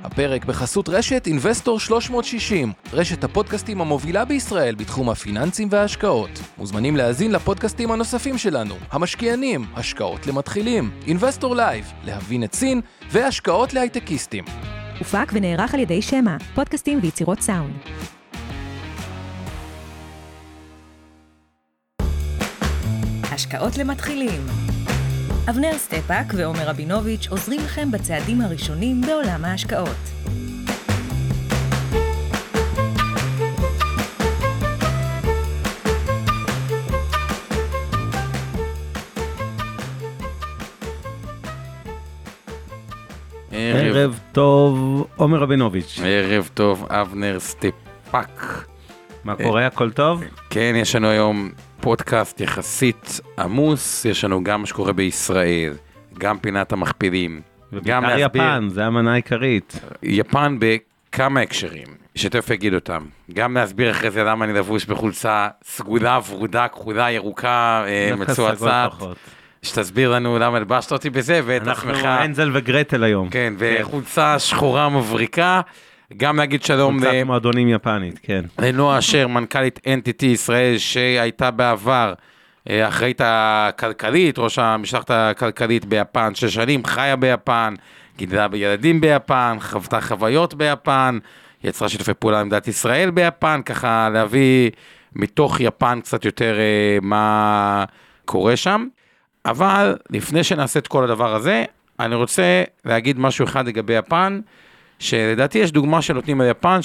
הפרק בחסות רשת Investor 360, רשת הפודקאסטים המובילה בישראל בתחום הפיננסים וההשקעות. מוזמנים להאזין לפודקאסטים הנוספים שלנו, המשקיענים, השקעות למתחילים, Investor Live, להבין את סין והשקעות להייטקיסטים. הופק ונערך על ידי שמה, פודקאסטים ויצירות סאונד. השקעות למתחילים. אבנר סטפאק ועומר רבינוביץ' עוזרים לכם בצעדים הראשונים בעולם ההשקעות. ערב טוב, עומר רבינוביץ'. ערב טוב, אבנר סטפאק. מה קורה? הכל טוב? כן, יש לנו היום פודקאסט יחסית עמוס, יש לנו גם מה שקורה בישראל, גם פינת המכפילים. ובעיקר יפן, זה המנה העיקרית. יפן בכמה הקשרים, שתף אגיד אותם. גם להסביר אחרי זה למה אני לבוש בחולצה סגולה, ורודה, כחולה, ירוקה, מצועצעת. שתסביר לנו למה לבשת אותי בזה, ואת עצמך. אנחנו אנזל וגרטל היום. כן, וחולצה שחורה מבריקה. גם להגיד שלום חולצת מועדונים יפנית, כן. לנועה אשר, מנכ"לית NTT ישראל, שהייתה בעבר אחראית הכלכלית, ראש המשלחת הכלכלית ביפן 6 שנים, חיה ביפן, גידלה בילדים ביפן, חוותה חוויות ביפן, יצרה שיתופי פעולה עם מדינת ישראל ביפן, ככה להביא מתוך יפן קצת יותר מה קורה שם. אבל לפני שנעשה את כל הדבר הזה, אני רוצה להגיד משהו אחד לגבי יפן, שלדעתי יש דוגמה שנותנים על יפן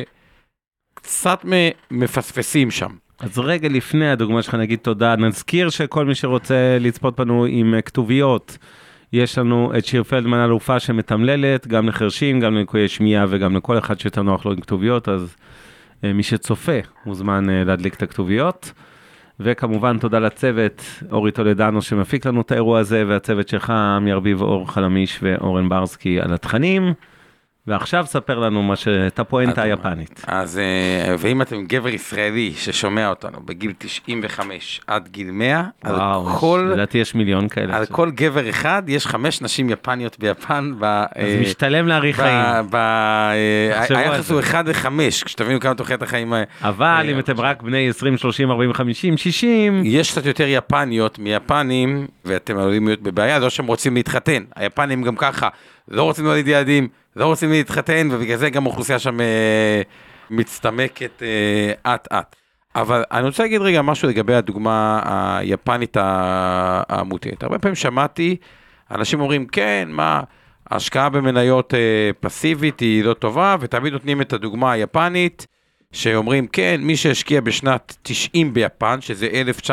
שקצת מפספסים שם. אז רגע לפני הדוגמה שלך נגיד תודה, נזכיר שכל מי שרוצה לצפות בנו עם כתוביות, יש לנו את שיר פלדמן אלופה שמתמללת, גם לחרשים, גם ללקויי שמיעה וגם לכל אחד שיותר נוח לו עם כתוביות, אז מי שצופה מוזמן להדליק את הכתוביות. וכמובן תודה לצוות, אורי טולדנו שמפיק לנו את האירוע הזה, והצוות שלך, עמי ארביב, אור חלמיש ואורן ברסקי על התכנים. ועכשיו ספר לנו את הפואנטה היפנית. אז, ואם אתם גבר ישראלי ששומע אותנו בגיל 95 עד גיל 100, וואו, לדעתי יש מיליון כאלה. על כל גבר אחד יש 5 נשים יפניות ביפן. אז משתלם להאריך חיים. היחס הוא 1-5, כשתבינו כמה תוחלת החיים. אבל אם אתם רק בני 20, 30, 40, 50, 60. יש קצת יותר יפניות מיפנים, ואתם עלולים להיות בבעיה, לא שהם רוצים להתחתן. היפנים גם ככה, לא רוצים להוליד ילדים, לא רוצים להתחתן, ובגלל זה גם האוכלוסייה שם מצטמקת עט. אבל אני רוצה להגיד רגע משהו לגבי הדוגמה היפנית המוטית. הרבה פעמים שמעתי, אנשים אומרים, כן, מה, ההשקעה במניות פסיבית היא לא טובה, ותמיד נותנים את הדוגמה היפנית, שאומרים, כן, מי שהשקיע בשנת 90 ביפן, שזה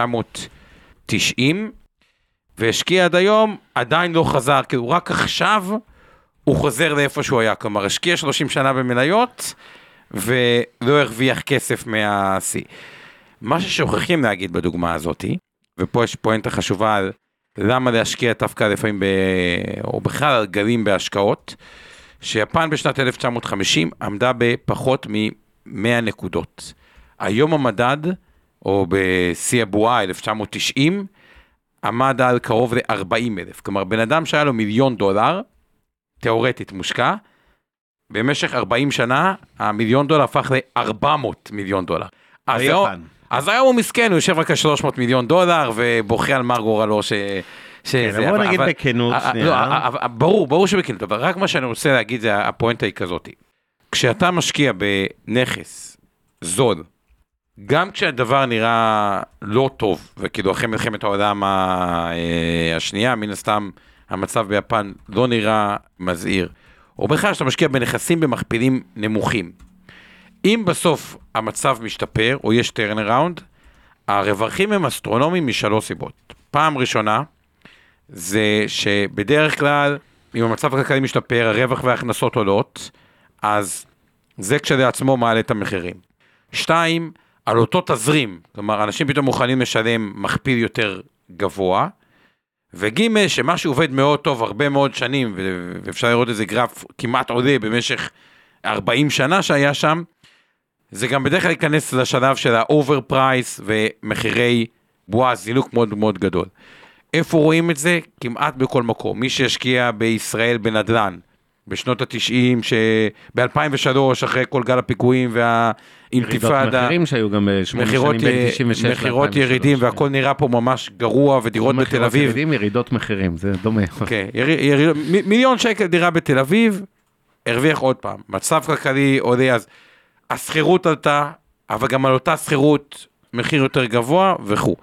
1990, והשקיע עד היום, עדיין לא חזר, כי הוא רק עכשיו, הוא חוזר לאיפה שהוא היה, כלומר, השקיע 30 שנה במניות, ולא הרוויח כסף מהשיא. מה ששוכחים להגיד בדוגמה הזאת, ופה יש פואנטה חשובה על למה להשקיע דווקא לפעמים, או בכלל על גלים בהשקעות, שיפן בשנת 1950 עמדה בפחות מ-100 נקודות. היום המדד, או בשיא הבועה 1990, עמד על קרוב ל-40,000. כלומר, בן אדם שהיה לו $1,000,000, תיאורטית מושקע, במשך 40 שנה, $1,000,000 הפך ל$400,000,000. אז היום הוא מסכן, הוא יושב רק על $300,000,000, ובוכה על מר גורלו בוא נגיד בכנות. ברור שבכנות, אבל רק מה שאני רוצה להגיד, זה הפואנטה היא כזאת. כשאתה משקיע בנכס זול, גם כשהדבר נראה לא טוב, וכאילו אחרי מלחמת העולם השנייה, מן הסתם, המצב ביפן לא נראה מזהיר, או בכלל שאתה משקיע בנכסים במכפילים נמוכים. אם בסוף המצב משתפר, או יש טרנראונד, הרווחים הם אסטרונומיים משלוש סיבות. פעם ראשונה, זה שבדרך כלל, אם המצב הכלכלי משתפר, הרווח וההכנסות עולות, אז זה כשלעצמו מעלה את המחירים. 2, על אותו תזרים, כלומר, אנשים פתאום מוכנים לשלם מכפיל יותר גבוה, וג' שמשהו עובד מאוד טוב הרבה מאוד שנים, ואפשר לראות איזה גרף כמעט עולה במשך 40 שנה שהיה שם, זה גם בדרך כלל להיכנס לשלב של ה-overprice ומחירי בועה, זינוק מאוד מאוד גדול. איפה רואים את זה? כמעט בכל מקום. מי שהשקיע בישראל בנדלן, בשנות ה-90, שב-2003, אחרי כל גל הפיגועים והאינתיפאדה, מחירים שהיו גם ב-8 שנים בין 96 ל-2003. מחירות ירידים, והכל נראה פה ממש גרוע, ודירות בתל אביב. ירידים, ירידות מחירים, זה דומה. כן, מיליון שקל דירה בתל אביב, הרוויח עוד פעם. מצב כלכלי עולה, אז הסחירות עלתה, אבל גם על אותה סחירות, מחיר יותר גבוה וכו'.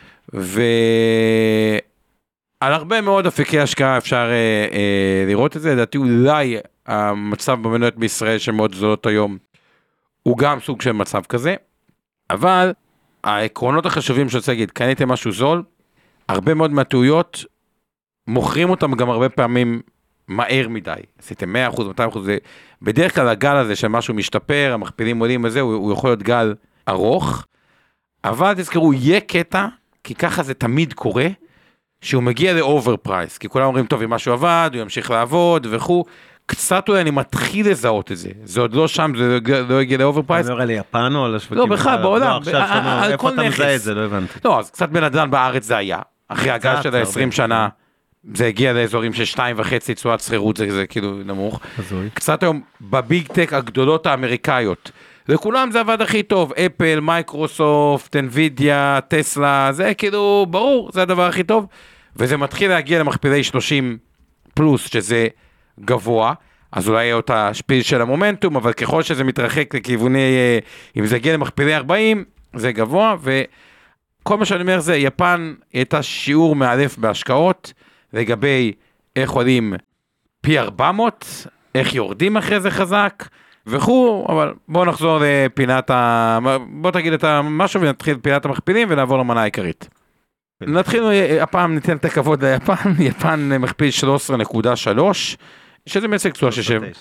על הרבה מאוד אפיקי השקעה אפשר לראות את זה, לדעתי אולי המצב במניות בישראל שמאוד זולות היום, הוא גם סוג של מצב כזה, אבל העקרונות החשובים שאני רוצה להגיד, קניתם משהו זול, הרבה מאוד מהטעויות, מוכרים אותם גם הרבה פעמים מהר מדי, עשיתם 100%, 200%, בדרך כלל הגל הזה של משהו משתפר, המכפילים עולים וזה, הוא יכול להיות גל ארוך, אבל תזכרו, יהיה קטע, כי ככה זה תמיד קורה, שהוא מגיע לאובר פרייס, כי כולם אומרים, טוב, אם משהו עבד, הוא ימשיך לעבוד וכו', קצת אולי אני מתחיל לזהות את זה, זה עוד לא שם, זה לא הגיע לאובר פרייס. אתה מדבר על יפן או על השווקים? לא, בכלל, בעולם, איפה אתה מזהה את זה, לא הבנתי. לא, אז קצת בנדל"ן בארץ זה היה, אחרי הגל של ה-20 שנה, זה הגיע לאזורים של 2.5 צורת שכירות, זה כאילו נמוך. קצת היום, בביג טק הגדולות האמריקאיות, לכולם זה עבד הכי טוב, אפל, מייקרוסופט, אנווידיה, טסלה, זה כאילו, ברור, זה הדבר הכי טוב, וזה מתחיל להגיע למכפילי 30 פלוס, שזה גבוה, אז אולי יהיה אותה שפיל של המומנטום, אבל ככל שזה מתרחק לכיווני, אם זה הגיע למכפילי 40, זה גבוה, וכל מה שאני אומר זה, יפן הייתה שיעור מאלף בהשקעות, לגבי איך עולים פי 400, איך יורדים אחרי זה חזק, וכו', אבל בואו נחזור לפינת בוא תגיד את משהו ונתחיל פינת המכפילים ונעבור למנה העיקרית. נתחיל, הפעם ניתן את הכבוד ליפן, יפן מכפיל 13.3, שזה מייצג תשואה של 7.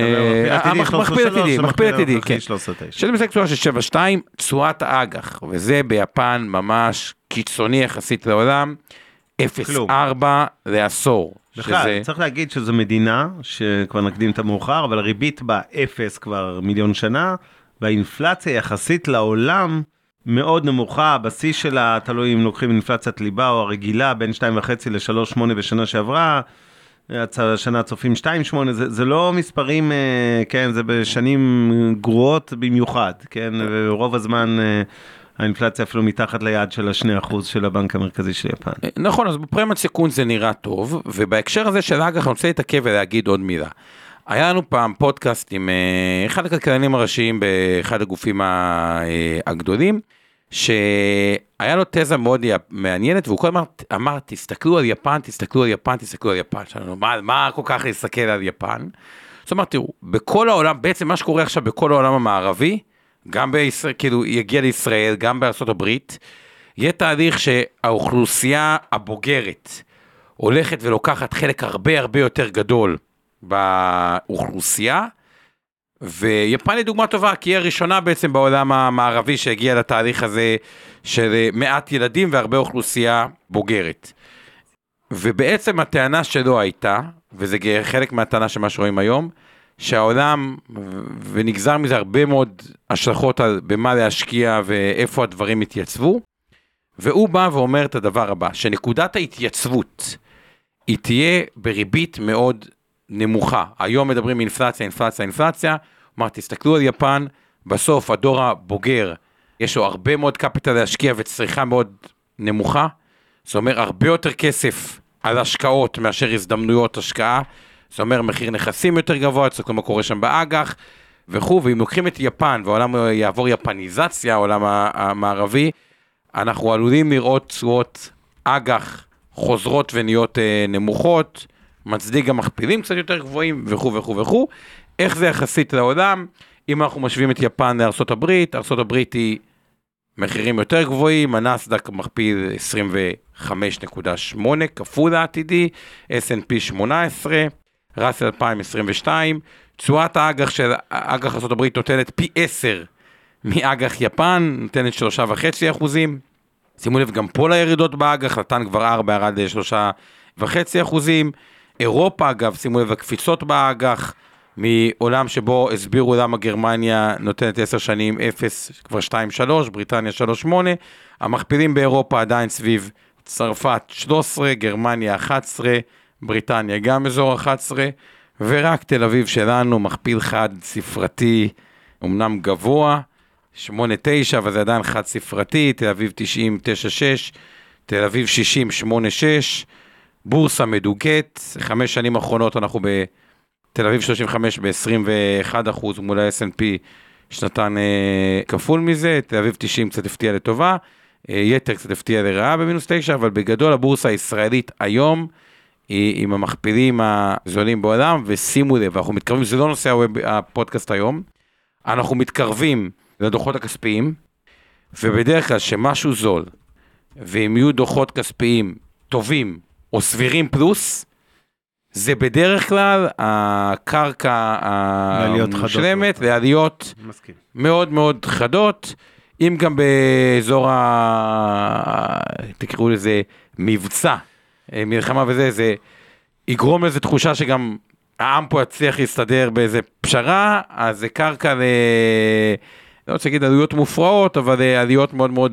מכפיל עתידי, כן. שזה מייצג תשואה של 7.2, תשואת האג"ח, וזה ביפן ממש קיצוני יחסית לעולם, 0.4 לעשור. בכלל, צריך להגיד שזו מדינה, שכבר נקדים את המאוחר, אבל הריבית בה 0 כבר מיליון שנה, והאינפלציה יחסית לעולם מאוד נמוכה, הבסיס שלה, תלוי אם לוקחים אינפלציית ליבה או הרגילה, בין 2.5 ל-3.8 בשנה שעברה, השנה צופים 2.8, זה לא מספרים, כן, זה בשנים גרועות במיוחד, כן, ורוב הזמן האינפלציה אפילו מתחת ליעד של 2% של הבנק המרכזי של יפן. נכון, אז בפרמיית סיכון זה נראה טוב, ובהקשר הזה של אג"ח אני רוצה להתעכב ולהגיד עוד מילה. היה לנו פעם פודקאסט עם אחד הכלכלנים הראשיים באחד הגופים הגדולים, שהיה לו תזה מאוד מעניינת, והוא כל הזמן אמר, תסתכלו על יפן, תסתכלו על יפן, תסתכלו על יפן. שאלנו, מה כל כך להסתכל על יפן? זאת אומרת, תראו, בכל העולם, בעצם מה שקורה עכשיו בכל העולם המערבי, גם בישראל, כאילו יגיע לישראל, גם בארצות הברית, יהיה תהליך שהאוכלוסייה הבוגרת הולכת ולוקחת חלק הרבה יותר גדול באוכלוסייה, ויפן היא דוגמה טובה, כי היא הראשונה בעצם בעולם המערבי שהגיעה לתהליך הזה של מעט ילדים והרבה אוכלוסייה בוגרת. ובעצם הטענה שלו הייתה, וזה חלק מהטענה של מה שרואים היום, שהעולם, ונגזר מזה הרבה מאוד השלכות על במה להשקיע ואיפה הדברים התייצבו, והוא בא ואומר את הדבר הבא, שנקודת ההתייצבות היא תהיה בריבית מאוד נמוכה. היום מדברים אינפלציה, אומר, תסתכלו על יפן, בסוף הדור הבוגר, יש לו הרבה מאוד קפיטל להשקיע וצריכה מאוד נמוכה, זאת אומרת, הרבה יותר כסף על השקעות מאשר הזדמנויות השקעה, זאת אומרת, מחיר נכסים יותר גבוה, זה מה קורה שם באג"ח, וכו', ואם לוקחים את יפן, והעולם יעבור יפניזציה, העולם המערבי, אנחנו עלולים לראות תשואות אג"ח חוזרות ונהיות נמוכות, מצדיק גם מכפילים קצת יותר גבוהים, וכו'. איך זה יחסית לעולם? אם אנחנו משווים את יפן לארצות הברית, ארצות הברית היא מחירים יותר גבוהים, הנאסד"ק מכפיל 25.8 כפול העתידי, S&P 18, ראסל 2022, תשואת האג"ח של אג"ח ארצות הברית נותנת פי 10 מאג"ח יפן, נותנת 3.5%. שימו לב, גם פה לירידות באג"ח, נתן כבר 4 ירד ל3.5%. אירופה, אגב, שימו לב, הקפיצות באג"ח, מעולם שבו הסבירו למה גרמניה נותנת 10 שנים 0, כבר 2.3, בריטניה 3.8, המכפילים באירופה עדיין סביב צרפת 13, גרמניה 11, בריטניה גם אזור 11, ורק תל אביב שלנו, מכפיל חד ספרתי, אמנם גבוה, 8-9, אבל זה עדיין חד ספרתי, תל אביב 90, 9-6, תל אביב 60, 8-6, בורסה מדוקת, 5 שנים האחרונות אנחנו בתל אביב 35 ב-21% מול ה-S&P, שנתן כפול מזה, תל אביב 90 קצת הפתיע לטובה, יתר קצת הפתיע לרעה במינוס 9, אבל בגדול הבורסה הישראלית היום, היא עם המכפילים הזולים בעולם, ושימו לב, אנחנו מתקרבים, זה לא נושא הפודקאסט היום, אנחנו מתקרבים לדוחות הכספיים, ובדרך כלל שמשהו זול, ואם יהיו דוחות כספיים טובים, או סבירים פלוס, זה בדרך כלל הקרקע המשלמת, לעליות מאוד מאוד חדות, אם גם באזור תקראו לזה מבצע, מלחמה וזה, זה יגרום לזה תחושה שגם העם פה יצליח להסתדר באיזה פשרה, אז זה קרקע לא רוצה להגיד עלויות מופרעות, אבל עלויות מאוד מאוד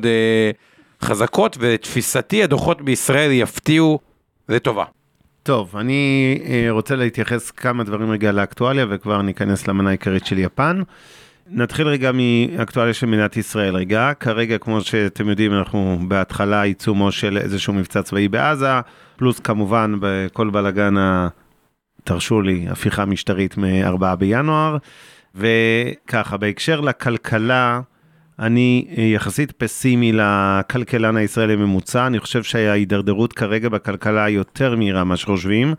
חזקות, ותפיסתי הדוחות בישראל יפתיעו לטובה. טוב, אני רוצה להתייחס כמה דברים רגע לאקטואליה, וכבר ניכנס למנה העיקרית של יפן. נתחיל רגע מאקטואליה של מדינת ישראל רגע. כרגע, כמו שאתם יודעים, אנחנו בהתחלה עיצומו של איזשהו מבצע צבאי בעזה, פלוס כמובן בכל בלגן, תרשו לי, הפיכה משטרית מ-4 בינואר, וככה, בהקשר לכלכלה, אני יחסית פסימי לכלכלן הישראלי ממוצע, אני חושב שההידרדרות כרגע בכלכלה יותר מהירה מה שחושבים,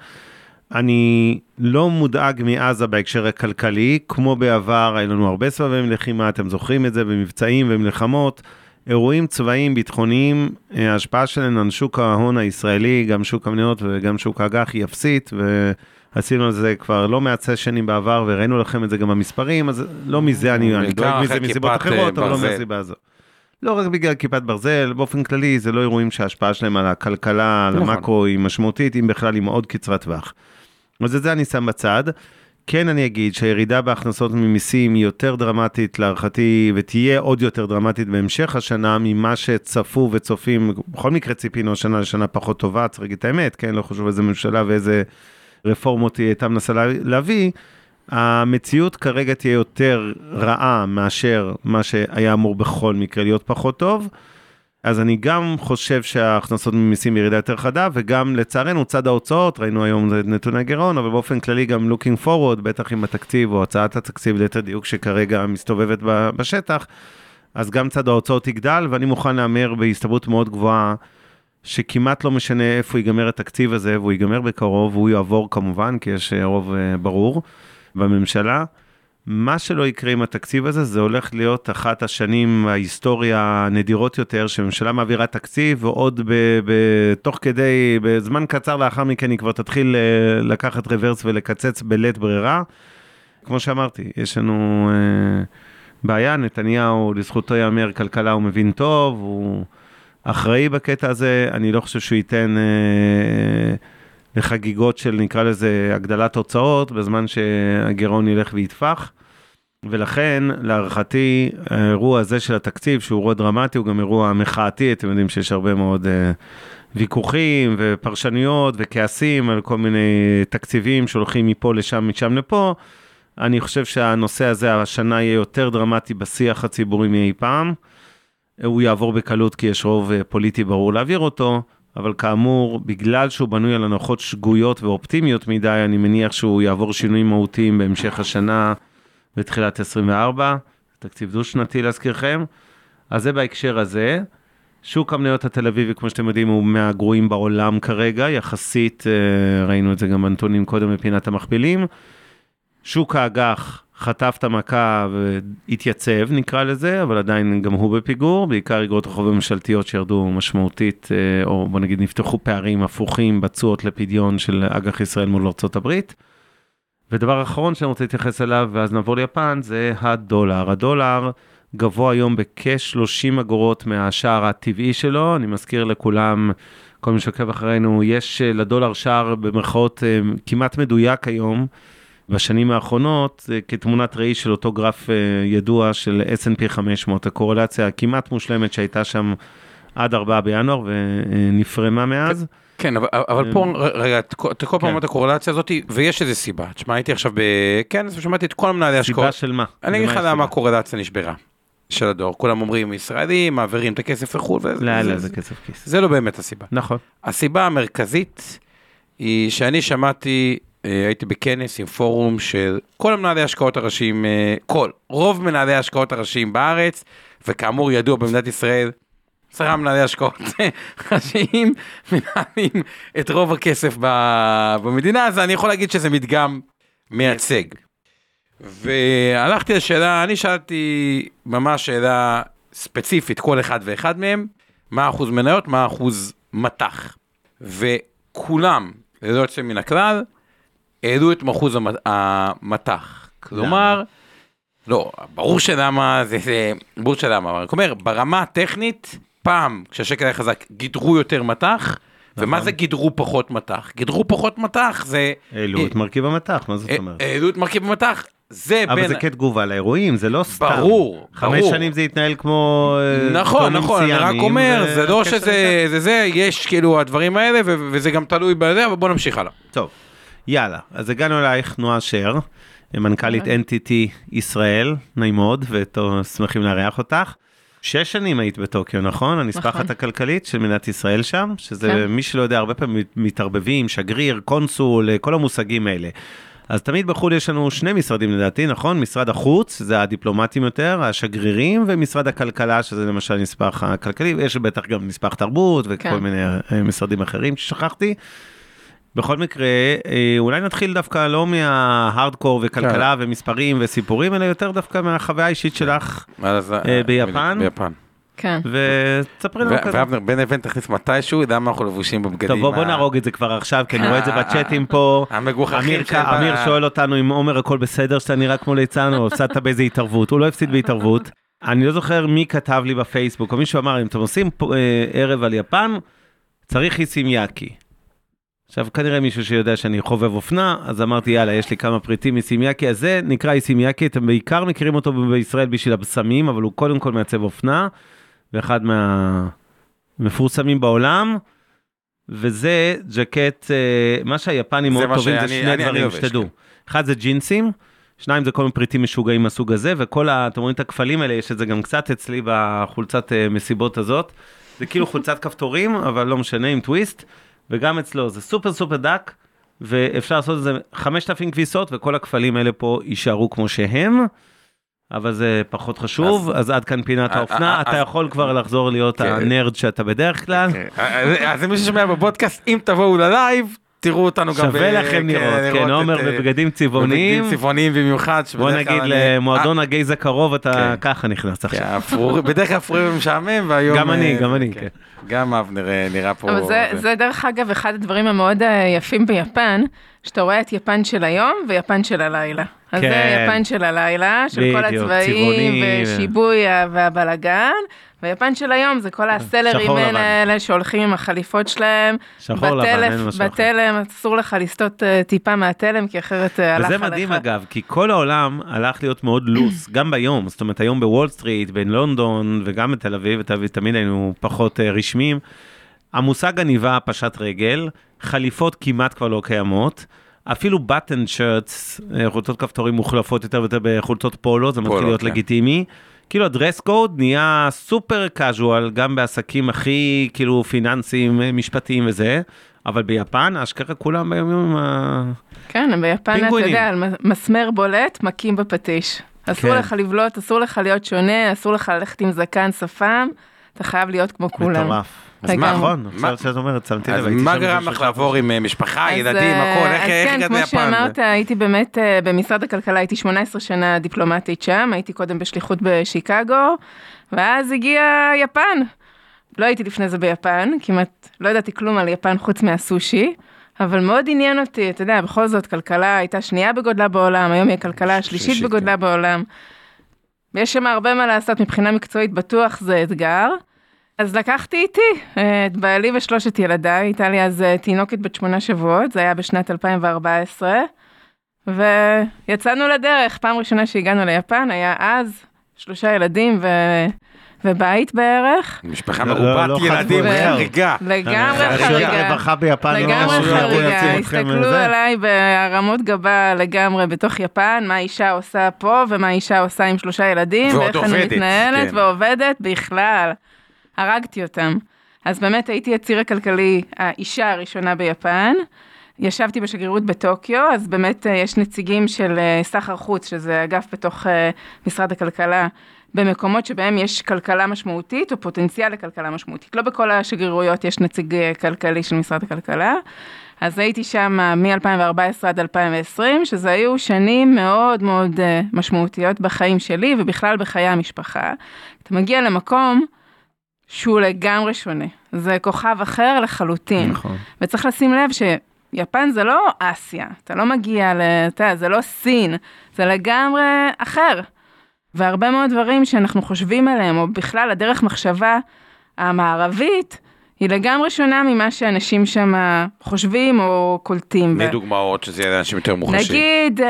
אני לא מודאג מעזה בהקשר הכלכלי, כמו בעבר, היה לנו הרבה סבבי לחימה, אתם זוכרים את זה, במבצעים ומלחמות, אירועים צבאיים ביטחוניים, ההשפעה שלהם על שוק ההון הישראלי, גם שוק המניות וגם שוק האג"ח היא אפסית, ועשינו על זה כבר לא מעט סשנים בעבר, וראינו לכם את זה גם במספרים, אז לא מזה אני דואג מזה מסיבות אחרות, אבל לא מהסיבה הזו. לא רק בגלל כיפת ברזל, באופן כללי זה לא אירועים שההשפעה שלהם על הכלכלה, על המקרו היא משמעותית, אם בכלל היא מאוד קצרת טווח. אז את זה אני שם בצד. כן אני אגיד שהירידה בהכנסות ממיסים היא יותר דרמטית להערכתי, ותהיה עוד יותר דרמטית בהמשך השנה, ממה שצפו וצופים, בכל מקרה ציפינו שנה לשנה פחות טובה, צריך להגיד את האמת, כן, לא חשוב איזה ממשלה ואיזה רפורמות היא הייתה מנסה להביא, המציאות כרגע תהיה יותר רעה מאשר מה שהיה אמור בכל מקרה להיות פחות טוב, אז אני גם חושב שההכנסות ממיסים ירידה יותר חדה, וגם לצערנו צד ההוצאות, ראינו היום נתוני גירעון, אבל באופן כללי גם looking forward, בטח עם התקציב או הצעת התקציב ליתר דיוק שכרגע מסתובבת בשטח, אז גם צד ההוצאות יגדל, ואני מוכן לאמר בהסתברות מאוד גבוהה, שכמעט לא משנה איפה ייגמר התקציב הזה, והוא ייגמר בקרוב, והוא יעבור כמובן, כי יש רוב ברור בממשלה, מה שלא יקרה עם התקציב הזה, זה הולך להיות אחת השנים ההיסטוריה הנדירות יותר, שממשלה מעבירה תקציב, ועוד בתוך כדי, בזמן קצר לאחר מכן, היא כבר תתחיל לקחת רוורס ולקצץ בלית ברירה. כמו שאמרתי, יש לנו בעיה, נתניהו, לזכותו יאמר, כלכלה הוא מבין טוב, הוא אחראי בקטע הזה, אני לא חושב שהוא ייתן לחגיגות של נקרא לזה הגדלת הוצאות, בזמן שהגירעון ילך ויתפח, ולכן להערכתי האירוע הזה של התקציב, שהוא אירוע דרמטי, הוא גם אירוע מחאתי, אתם יודעים שיש הרבה מאוד ויכוחים ופרשנויות וכעסים על כל מיני תקציבים שהולכים מפה לשם, משם לפה, אני חושב שהנושא הזה השנה יהיה יותר דרמטי בשיח הציבורי מאי פעם, הוא יעבור בקלות כי יש רוב פוליטי ברור להעביר אותו, אבל כאמור, בגלל שהוא בנוי על הנחות שגויות ואופטימיות מדי, אני מניח שהוא יעבור שינויים מהותיים בהמשך השנה בתחילת 24, תקציב דו שנתי להזכירכם, אז זה בהקשר הזה, שוק המניות התל אביבי, כמו שאתם יודעים, הוא מהגרועים בעולם כרגע, יחסית, ראינו את זה גם בנתונים קודם מפינת המכפילים, שוק האג"ח חטף את המכה והתייצב, נקרא לזה, אבל עדיין גם הוא בפיגור, בעיקר אגרות החוב הממשלתיות שירדו משמעותית, או בוא נגיד נפתחו פערים הפוכים בתשואות לפדיון של אג"ח ישראל מול ארצות הברית. ודבר אחרון שאני רוצה להתייחס אליו, ואז נעבור ליפן, זה הדולר. הדולר גבוה היום בכ-30 אגורות מהשער הטבעי שלו, אני מזכיר לכולם, כל מי שעוקב אחרינו, יש לדולר שער במרכאות כמעט מדויק היום, בשנים האחרונות, כתמונת ראי של אותו גרף ידוע של S&P 500, הקורלציה כמעט מושלמת שהייתה שם עד 4 בינואר ונפרמה מאז. כן, אבל פה, רגע, אתה כל פעם את הקורלציה הזאת, ויש איזו סיבה. תשמע, הייתי עכשיו בכנס, ושמעתי את כל המנהלי השקעות. סיבה של מה? אני אגיד לך למה הקורלציה נשברה של הדור. כולם אומרים, ישראלים, מעבירים את הכסף לחו"ל, לא, זה כסף כיס. זה לא באמת הסיבה. נכון. הסיבה המרכזית היא שאני שמעתי, הייתי בכנס עם פורום של כל המנהלי השקעות הראשיים, רוב מנהלי השקעות הראשיים בארץ, וכאמור ידוע במדינת ישראל, 10 מנהלי השקעות ראשיים מנהלים את רוב הכסף במדינה, אז אני יכול להגיד שזה מדגם מייצג. והלכתי לשאלה, אני שאלתי ממש שאלה ספציפית, כל אחד ואחד מהם, מה אחוז מניות, מה אחוז מתח. וכולם, ללא יוצא מן הכלל, העלו את אחוז המתח. כלומר, לא, ברור שלמה, ברור שלמה, אני אומר, ברמה הטכנית, פעם, כשהשקל היה חזק, גידרו יותר מתח, ומה זה גידרו פחות מתח? גידרו פחות מתח, זה... העלו את מרכיב המתח, מה זאת אומרת? העלו את מרכיב המתח, זה בין... אבל זה כתגובה לאירועים, זה לא סתם. ברור. 5 שנים זה יתנהל כמו... נכון, אני רק אומר, זה לא שזה, יש כאילו הדברים האלה, וזה גם תלוי בזה, אבל בוא נמשיך הלאה. טוב, יאללה, אז הגענו אלייך, נועה שר, מנכ"לית NTT ישראל, נעים מאוד, ושמחים לארח אותך. 6 שנים היית בטוקיו, נכון? הנספחת הכלכלית של מדינת ישראל שם, שזה מי שלא יודע, הרבה פעמים מתערבבים, שגריר, קונסול, כל המושגים האלה. אז תמיד בחו"ל יש לנו 2 משרדים לדעתי, נכון? משרד החוץ, זה הדיפלומטים יותר, השגרירים, ומשרד הכלכלה, שזה למשל נספח הכלכלי, ויש בטח גם נספח תרבות, וכל מיני משרדים אחרים ששכחתי. בכל מקרה, אולי נתחיל דווקא לא מההארדקור וכלכלה ומספרים וסיפורים, אלא יותר דווקא מהחוויה האישית שלך ביפן. כן. ותספרי לנו כזה. ואבנר, בין אבן תכניס מתישהו, יודע מה אנחנו לבושים בבגדים. טוב, בוא נהרוג את זה כבר עכשיו, כי אני רואה את זה בצ'אטים פה. אמיר שואל אותנו אם עומר הכל בסדר, שאתה נראה כמו ליצן, או הפסדת באיזה התערבות. הוא לא הפסיד בהתערבות. אני לא זוכר מי כתב לי בפייסבוק, או מישהו אמר, אם אתם עושים ערב על יפן, צריך איסימיאקי. עכשיו, כנראה מישהו שיודע שאני חובב אופנה, אז אמרתי, יאללה, יש לי כמה פריטים איסימיאקי, אז זה נקרא איסימיאקי, אתם בעיקר מכירים אותו בישראל בשביל הבשמים, אבל הוא קודם כל מעצב אופנה, ואחד מהמפורסמים בעולם, וזה ג'קט, מה שהיפנים מאוד טובים, זה 2 דברים, שתדעו. אחד זה ג'ינסים, 2 זה כל מיני פריטים משוגעים מהסוג הזה, וכל, אתם רואים את הכפלים האלה, יש את זה גם קצת אצלי בחולצת מסיבות הזאת, זה כאילו חולצת כפתורים, אבל לא משנה, עם טוויסט, וגם אצלו זה סופר סופר דק, ואפשר לעשות את זה 5,000 כביסות, וכל הכפלים האלה פה יישארו כמו שהם, אבל זה פחות חשוב, אז עד כאן פינת האופנה, אתה יכול כבר לחזור להיות הנרד שאתה בדרך כלל. אז מי ששומע בבודקאסט, אם תבואו ללייב, תראו אותנו גם... שווה לכם לראות, כן, עומר בבגדים צבעוניים. בבגדים צבעוניים במיוחד. בוא נגיד למועדון הגייז הקרוב, אתה ככה נכנס עכשיו. בדרך כלל אפורים ומשעמם, והיום... גם אני, כן. גם אבנר נראה פה... אבל זה דרך אגב אחד הדברים המאוד יפים ביפן, שאתה רואה את יפן של היום ויפן של הלילה. אז זה יפן של הלילה, של כל הצבעים ושיבוי והבלגן, ויפן של היום זה כל הסלרים האלה שהולכים עם החליפות שלהם, בתלם, אסור לך לסטות טיפה מהתלם, כי אחרת הלך עליך. וזה מדהים אגב, כי כל העולם הלך להיות מאוד לוס, גם ביום, זאת אומרת היום בוול סטריט, בין לונדון וגם בתל אביב, תמיד היינו פחות רשמיים, המושג עניבה פשט רגל, חליפות כמעט כבר לא קיימות, אפילו בטן שרטס, חולצות כפתורים מוחלפות יותר ויותר בחולצות פולו, זה מתחיל להיות לגיטימי, כאילו הדרס קוד נהיה סופר קאז'ואל, גם בעסקים הכי כאילו פיננסיים, משפטיים וזה, אבל ביפן, אשכרה כולם ביום כן, ביפן אתה יודע, מסמר בולט, מקים בפטיש. אסור לך לבלוט, אסור לך להיות שונה, אסור לך ללכת עם זקן שפם, אתה חייב להיות כמו כולם. מטורף. אז מה, נכון, עכשיו שאת אומרת, שמתי לב. אז מה גרם לך לעבור עם משפחה, ילדים, הכל, איך הגעת ליפן? כמו שאמרת, הייתי באמת במשרד הכלכלה, הייתי 18 שנה דיפלומטית שם, הייתי קודם בשליחות בשיקגו, ואז הגיע יפן. לא הייתי לפני זה ביפן, כמעט לא ידעתי כלום על יפן חוץ מהסושי, אבל מאוד עניין אותי, אתה יודע, בכל זאת, כלכלה הייתה שנייה בגודלה בעולם, היום היא הכלכלה השלישית בגודלה בעולם. יש שם הרבה מה לעשות מבחינה מקצועית, בטוח זה אתגר. אז לקחתי איתי את בעלי ו3 ילדיי, הייתה לי אז תינוקת בת 8 שבועות, זה היה בשנת 2014, ויצאנו לדרך, פעם ראשונה שהגענו ליפן, היה אז 3 ילדים ובית בערך. משפחה מרובת ילדים, חריגה. לגמרי חריגה. הרווחה ביפן. לגמרי חריגה. הסתכלו עליי בהרמות גבה לגמרי בתוך יפן, מה האישה עושה פה, ומה האישה עושה עם 3 ילדים, ואיך אני מתנהלת ועובדת בכלל. הרגתי אותם. אז באמת הייתי הציר הכלכלי, האישה הראשונה ביפן. ישבתי בשגרירות בטוקיו, אז באמת יש נציגים של סחר חוץ, שזה אגף בתוך משרד הכלכלה, במקומות שבהם יש כלכלה משמעותית, או פוטנציאל לכלכלה משמעותית. לא בכל השגרירויות יש נציג כלכלי של משרד הכלכלה. אז הייתי שם מ-2014 עד 2020, שזה היו שנים מאוד מאוד משמעותיות בחיים שלי, ובכלל בחיי המשפחה. אתה מגיע למקום שהוא לגמרי שונה. זה כוכב אחר לחלוטין. נכון. וצריך לשים לב שיפן זה לא אסיה. אתה לא מגיע זה לא סין. זה לגמרי אחר. והרבה מאוד דברים שאנחנו חושבים עליהם, או בכלל הדרך מחשבה המערבית, היא לגמרי שונה ממה שאנשים שם חושבים או קולטים. מדוגמאות שזה יהיה אנשים יותר מוחשים. נגיד,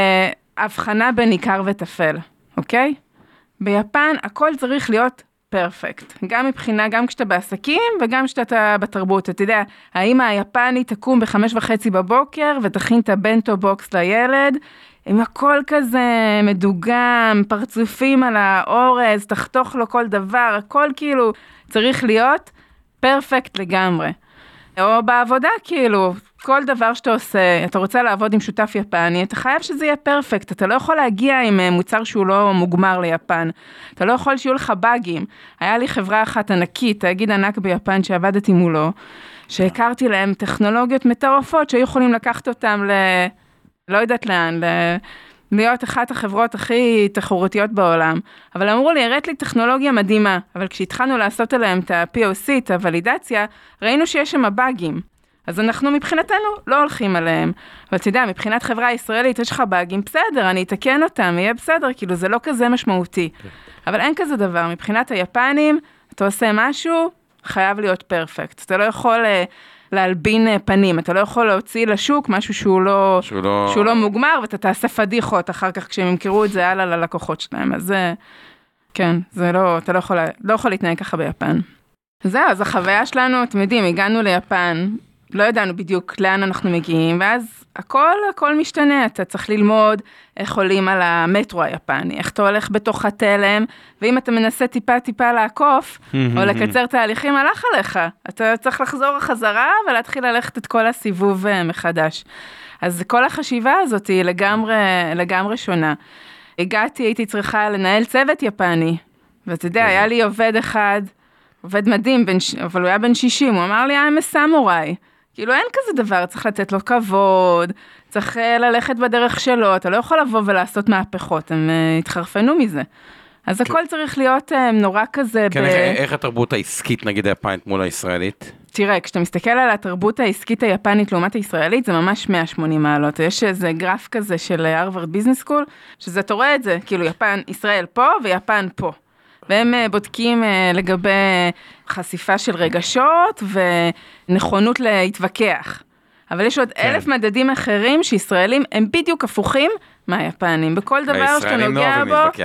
הבחנה בין עיקר וטפל, אוקיי? ביפן הכל צריך להיות פרפקט. גם מבחינה, גם כשאתה בעסקים וגם כשאתה בתרבות. אתה יודע, האמא היפנית תקום ב5:30 בבוקר ותכין את הבנטו בוקס לילד, עם הכל כזה מדוגם, פרצופים על האורז, תחתוך לו כל דבר, הכל כאילו צריך להיות פרפקט לגמרי. או בעבודה כאילו, כל דבר שאתה עושה, אתה רוצה לעבוד עם שותף יפני, אתה חייב שזה יהיה פרפקט, אתה לא יכול להגיע עם מוצר שהוא לא מוגמר ליפן, אתה לא יכול שיהיו לך באגים. היה לי חברה אחת ענקית, תאגיד ענק ביפן שעבדתי מולו, שהכרתי להם טכנולוגיות מטורפות, שהיו יכולים לקחת אותם לא יודעת לאן, להיות אחת החברות הכי תחרותיות בעולם. אבל אמרו לי, הראת לי טכנולוגיה מדהימה, אבל כשהתחלנו לעשות עליהם את ה-POC, את הוולידציה, ראינו שיש שם באגים. אז אנחנו מבחינתנו לא הולכים עליהם. אבל אתה יודע, מבחינת חברה ישראלית, יש לך באגים, בסדר, אני אתקן אותם, יהיה בסדר, כאילו זה לא כזה משמעותי. אבל אין כזה דבר, מבחינת היפנים, אתה עושה משהו, חייב להיות פרפקט. אתה לא יכול להלבין פנים, אתה לא יכול להוציא לשוק משהו שהוא לא מוגמר, ואתה תעשה פדיחות אחר כך כשהם ימכרו את זה הלאה ללקוחות שלהם. אז זה, כן, זה לא, אתה לא יכול להתנהג ככה ביפן. זהו, אז החוויה שלנו, אתם יודעים, הגענו ליפן, לא ידענו בדיוק לאן אנחנו מגיעים, ואז הכל משתנה, אתה צריך ללמוד איך עולים על המטרו היפני, איך אתה הולך בתוך התלם, ואם אתה מנסה טיפה לעקוף, או לקצר תהליכים, הלך עליך, אתה צריך לחזור חזרה, ולהתחיל ללכת את כל הסיבוב מחדש. אז כל החשיבה הזאת היא לגמרי שונה. הייתי צריכה לנהל צוות יפני, ואתה יודע, היה לי עובד מדהים, אבל הוא היה בן 60, הוא אמר לי, I'm a samurai. כאילו אין כזה דבר, צריך לתת לו כבוד, צריך ללכת בדרך שלו, אתה לא יכול לבוא ולעשות מהפכות, הם התחרפנו מזה. אז הכל צריך להיות נורא כזה. כן, איך התרבות העסקית נגיד היפנית מול הישראלית? תראה, כשאתה מסתכל על התרבות העסקית היפנית לעומת הישראלית, זה ממש 180 מעלות. יש איזה גרף כזה של הרווארד ביזנס סקול, שזה אתה רואה את זה, כאילו ישראל פה ויפן פה. והם בודקים לגבי חשיפה של רגשות ונכונות להתווכח. אבל יש עוד 1,000 מדדים אחרים שישראלים הם בדיוק הפוכים מהיפנים. בכל דבר שאתה נוגע בו,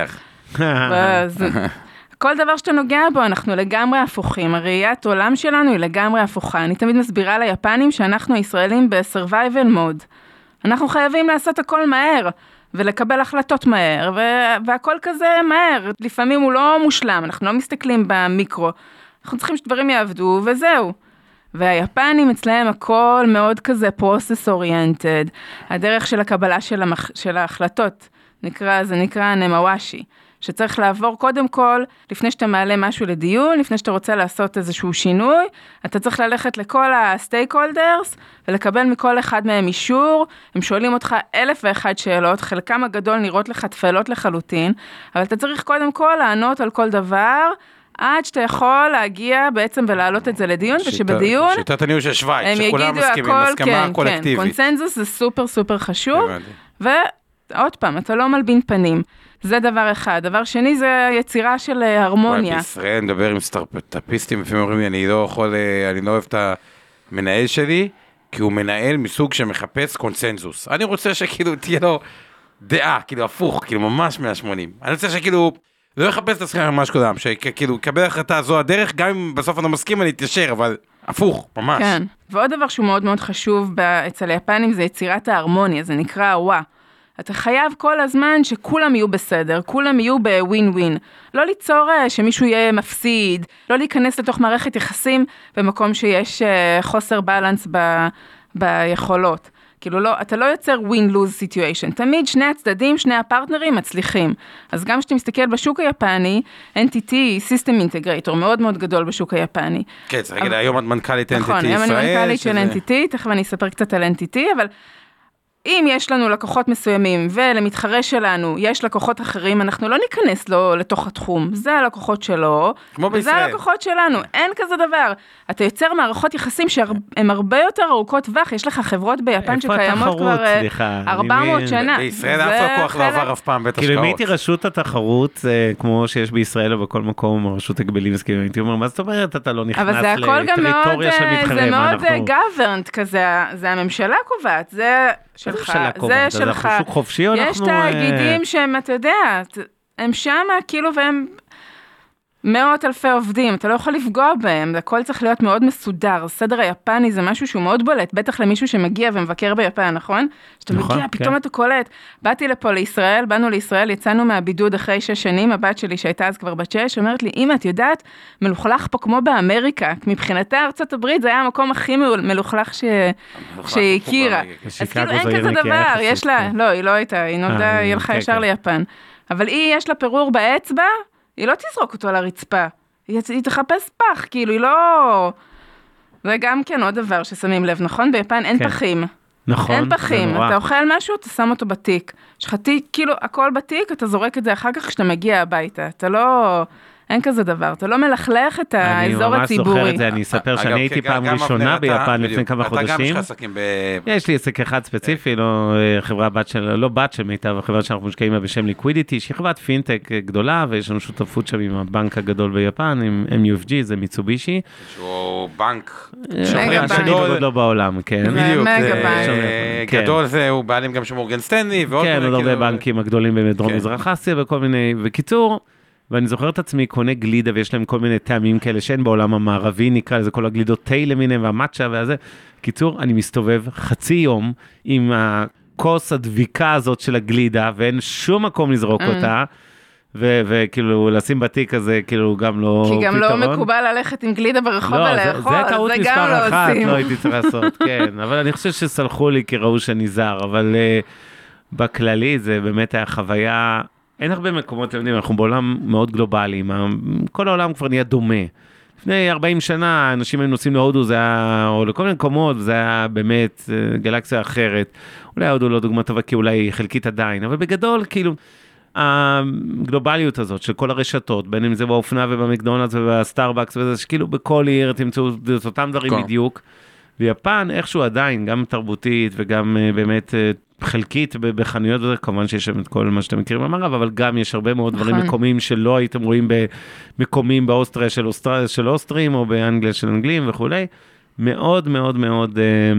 כל דבר שאתה נוגע בו אנחנו לגמרי הפוכים. הראיית עולם שלנו היא לגמרי הפוכה. אני תמיד מסבירה ליפנים שאנחנו הישראלים ב-survival mode. אנחנו חייבים לעשות הכל מהר. ולקבל החלטות מהר, והכל כזה מהר. לפעמים הוא לא מושלם, אנחנו לא מסתכלים במיקרו. אנחנו צריכים שדברים יעבדו, וזהו. והיפנים אצלהם הכל מאוד כזה process oriented. הדרך של הקבלה של ההחלטות, זה נקרא נמוואשי. שצריך לעבור קודם כל, לפני שאתה מעלה משהו לדיון, לפני שאתה רוצה לעשות איזשהו שינוי, אתה צריך ללכת לכל הסטייקולדרס, ולקבל מכל אחד מהם אישור, הם שואלים אותך 1,001 שאלות, חלקם הגדול נראות לך תפלות לחלוטין, אבל אתה צריך קודם כל לענות על כל דבר, עד שאתה יכול להגיע בעצם ולהעלות את זה לדיון, ושבדיון, שיטת הניהול של שווייץ, שכולם מסכימים, הסכמה קולקטיבית. קונצנזוס זה סופר סופר חשוב, ועוד פעם, אתה לא מלבין פנים. זה דבר אחד. דבר שני זה יצירה של הרמוניה. בישראל נדבר עם סטארט-אפיסטים, לפעמים אומרים לי, אני לא אוהב את המנהל שלי, כי הוא מנהל מסוג שמחפש קונצנזוס. אני רוצה שכאילו תהיה לו דעה, כאילו הפוך, כאילו ממש 180. אני רוצה שכאילו לא לחפש את עצמך ממש קודם, שכאילו, קבל החלטה זו הדרך, גם אם בסוף אני מסכים, אני אתיישר, אבל הפוך, ממש. כן, ועוד דבר שהוא מאוד מאוד חשוב אצל היפנים, זה יצירת ההרמוניה, זה נקרא וואה. אתה חייב כל הזמן שכולם יהיו בסדר, כולם יהיו בווין ווין. לא ליצור שמישהו יהיה מפסיד, לא להיכנס לתוך מערכת יחסים במקום שיש חוסר בלנס ביכולות. כאילו לא, אתה לא יוצר win-lose situation. תמיד שני הצדדים, שני הפרטנרים מצליחים. אז גם כשאתה מסתכל בשוק היפני, NTT, System Integrator, מאוד מאוד גדול בשוק היפני. כן, צריך להגיד, היום את מנכ"לית NTT ישראל. נכון, היום אני מנכ"לית של NTT, תכף אני אספר קצת על NTT, אבל אם יש לנו לקוחות מסוימים, ולמתחרה שלנו יש לקוחות אחרים, אנחנו לא ניכנס לו לתוך התחום. זה הלקוחות שלו, וזה הלקוחות שלנו. אין כזה דבר. אתה יוצר מערכות יחסים שהן הרבה יותר ארוכות טווח. יש לך חברות ביפן שקיימות כבר 400 שנה. בישראל אף לקוח לא עבר אף פעם בית השקעות. כאילו אם הייתי רשות התחרות, כמו שיש בישראל או בכל מקום, רשות הגבלים עסקיים, הייתי אומר, מה זאת אומרת? אתה לא נכנס לטריטוריה של מתחרה. זה מאוד governed כזה, זה הממשלה קובעת, זה שלך, זה שלך. שוק חופשי או אנחנו... יש תאגידים שהם, אתה יודע, הם שם כאילו והם מאות אלפי עובדים, אתה לא יכול לפגוע בהם, הכל צריך להיות מאוד מסודר. הסדר היפני זה משהו שהוא מאוד בולט, בטח למישהו שמגיע ומבקר ביפן, נכון? שאתה מגיע, פתאום אתה קולט. באתי לפה לישראל, באנו לישראל, יצאנו מהבידוד אחרי 6 שנים, הבת שלי שהייתה אז כבר בת 6, אומרת לי, אמא, את יודעת, מלוכלך פה כמו באמריקה, מבחינתה ארצות הברית זה היה המקום הכי מלוכלך שהיא הכירה. אז כאילו אין כזה דבר, יש לה, לא, היא לא הייתה, היא נולדה, היא הלכה ישר ליפן. אבל יש לה פירור באצבע, היא לא תזרוק אותו על הרצפה, היא תחפש פח, כאילו היא לא... זה גם כן עוד דבר ששמים לב, נכון? ביפן אין פחים. נכון. אין פחים, אתה אוכל משהו, אתה שם אותו בתיק. יש לך תיק, כאילו הכל בתיק, אתה זורק את זה אחר כך כשאתה מגיע הביתה. אתה לא... אין כזה דבר, אתה לא מלכלך את האזור הציבורי. אני ממש זוכר את זה, אני אספר שאני הייתי פעם ראשונה ביפן לפני כמה חודשים. יש לי עסק אחד ספציפי, חברה בת של, לא בת של מיטב, החברה שאנחנו משקיעים בה בשם ליקווידיטי, שהיא חברת פינטק גדולה, ויש לנו שותפות שם עם הבנק הגדול ביפן, עם MUFG, זה מיצובישי. שהוא בנק השני גדול בעולם, כן. בדיוק, גדול זה, הוא בעלים גם של מורגן סטנלי, כן, עוד הרבה בנקים הגדולים בדרום מזרח אסיה, וכל מיני, בקיצור, ואני זוכר את עצמי, קונה גלידה, ויש להם כל מיני טעמים כאלה שאין בעולם המערבי, נקרא לזה כל הגלידות תה למיניהם, והמצ'ה והזה. קיצור, אני מסתובב חצי יום עם הכוס הדביקה הזאת של הגלידה, ואין שום מקום לזרוק אותה, וכאילו לשים בתיק הזה, כאילו גם לא כי גם לא מקובל ללכת עם גלידה ברחוב ולאכול, זה טעות מספר אחת, לא הייתי צריך לעשות, כן. אבל אני חושב שסלחו לי כי ראו שאני זר, אבל בכללי זה באמת היה חוויה... אין הרבה מקומות, אתם יודעים, אנחנו בעולם מאוד גלובלי, כל העולם כבר נהיה דומה. לפני 40 שנה, אנשים היו נוסעים להודו, זה היה, או לכל מיני מקומות, זה היה באמת גלקסיה אחרת. אולי הודו לא דוגמה טובה, כי אולי חלקית עדיין, אבל בגדול, כאילו, הגלובליות הזאת של כל הרשתות, בין אם זה באופנה ובמקדונלדס ובסטארבקס, וזה שכאילו בכל עיר, תמצאו את אותם דברים בדיוק. ויפן, איכשהו עדיין, גם תרבותית וגם באמת חלקית בחנויות, וזה כמובן שיש שם את כל מה שאתם מכירים במערב, אבל גם יש הרבה מאוד דברים מקומיים שלא הייתם רואים במקומים באוסטריה של אוסטרים, או באנגליה של אנגלים וכו'. מאוד מאוד מאוד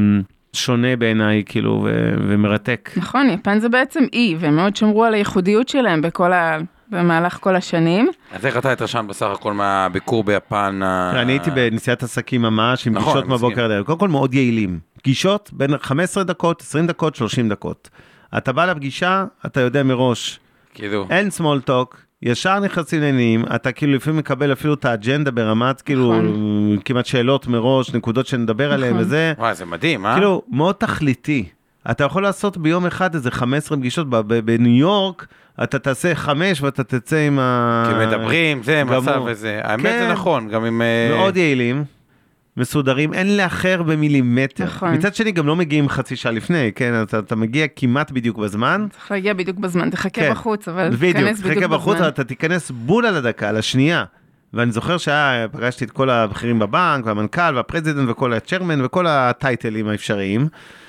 שונה בעיניי, כאילו, ומרתק. נכון, יפן זה בעצם והם מאוד שמרו על הייחודיות שלהם במהלך כל השנים. אז איך אתה התרשמת בסך הכל מהביקור ביפן? אני הייתי בנסיעת עסקים ממש, עם פגישות מהבוקר עד הערב. קודם כל מאוד יעילים. פגישות בין 15 דקות, 20 דקות, 30 דקות. אתה בא לפגישה, אתה יודע מראש. אין small talk, ישר נכנסים לעניינים, אתה כאילו לפעמים מקבל אפילו את האג'נדה ברמת, כאילו, כמעט שאלות מראש, נקודות שנדבר עליהן וזה. וואי, זה מדהים, אה? כאילו, מאוד תכליתי. אתה יכול לעשות ביום אחד איזה 15 פגישות, בניו יורק, אתה תעשה 5 ואתה תצא עם כי מדברים, זה מצב וזה. האמת זה נכון, גם עם... מאוד יעילים, מסודרים, אין לאחר במילימטר. מצד שני גם לא מגיעים חצי שעה לפני, כן? אתה מגיע כמעט בדיוק בזמן. צריך להגיע בדיוק בזמן, תחכה בחוץ, אבל תיכנס בדיוק בזמן. בחוץ, אתה תיכנס בול על הדקה, על השנייה. ואני זוכר פגשתי את כל הבכירים בבנק, והמנכ"ל, והפרזידנט, וכל הצ'רמן, וכל הטייטלים האפשריים.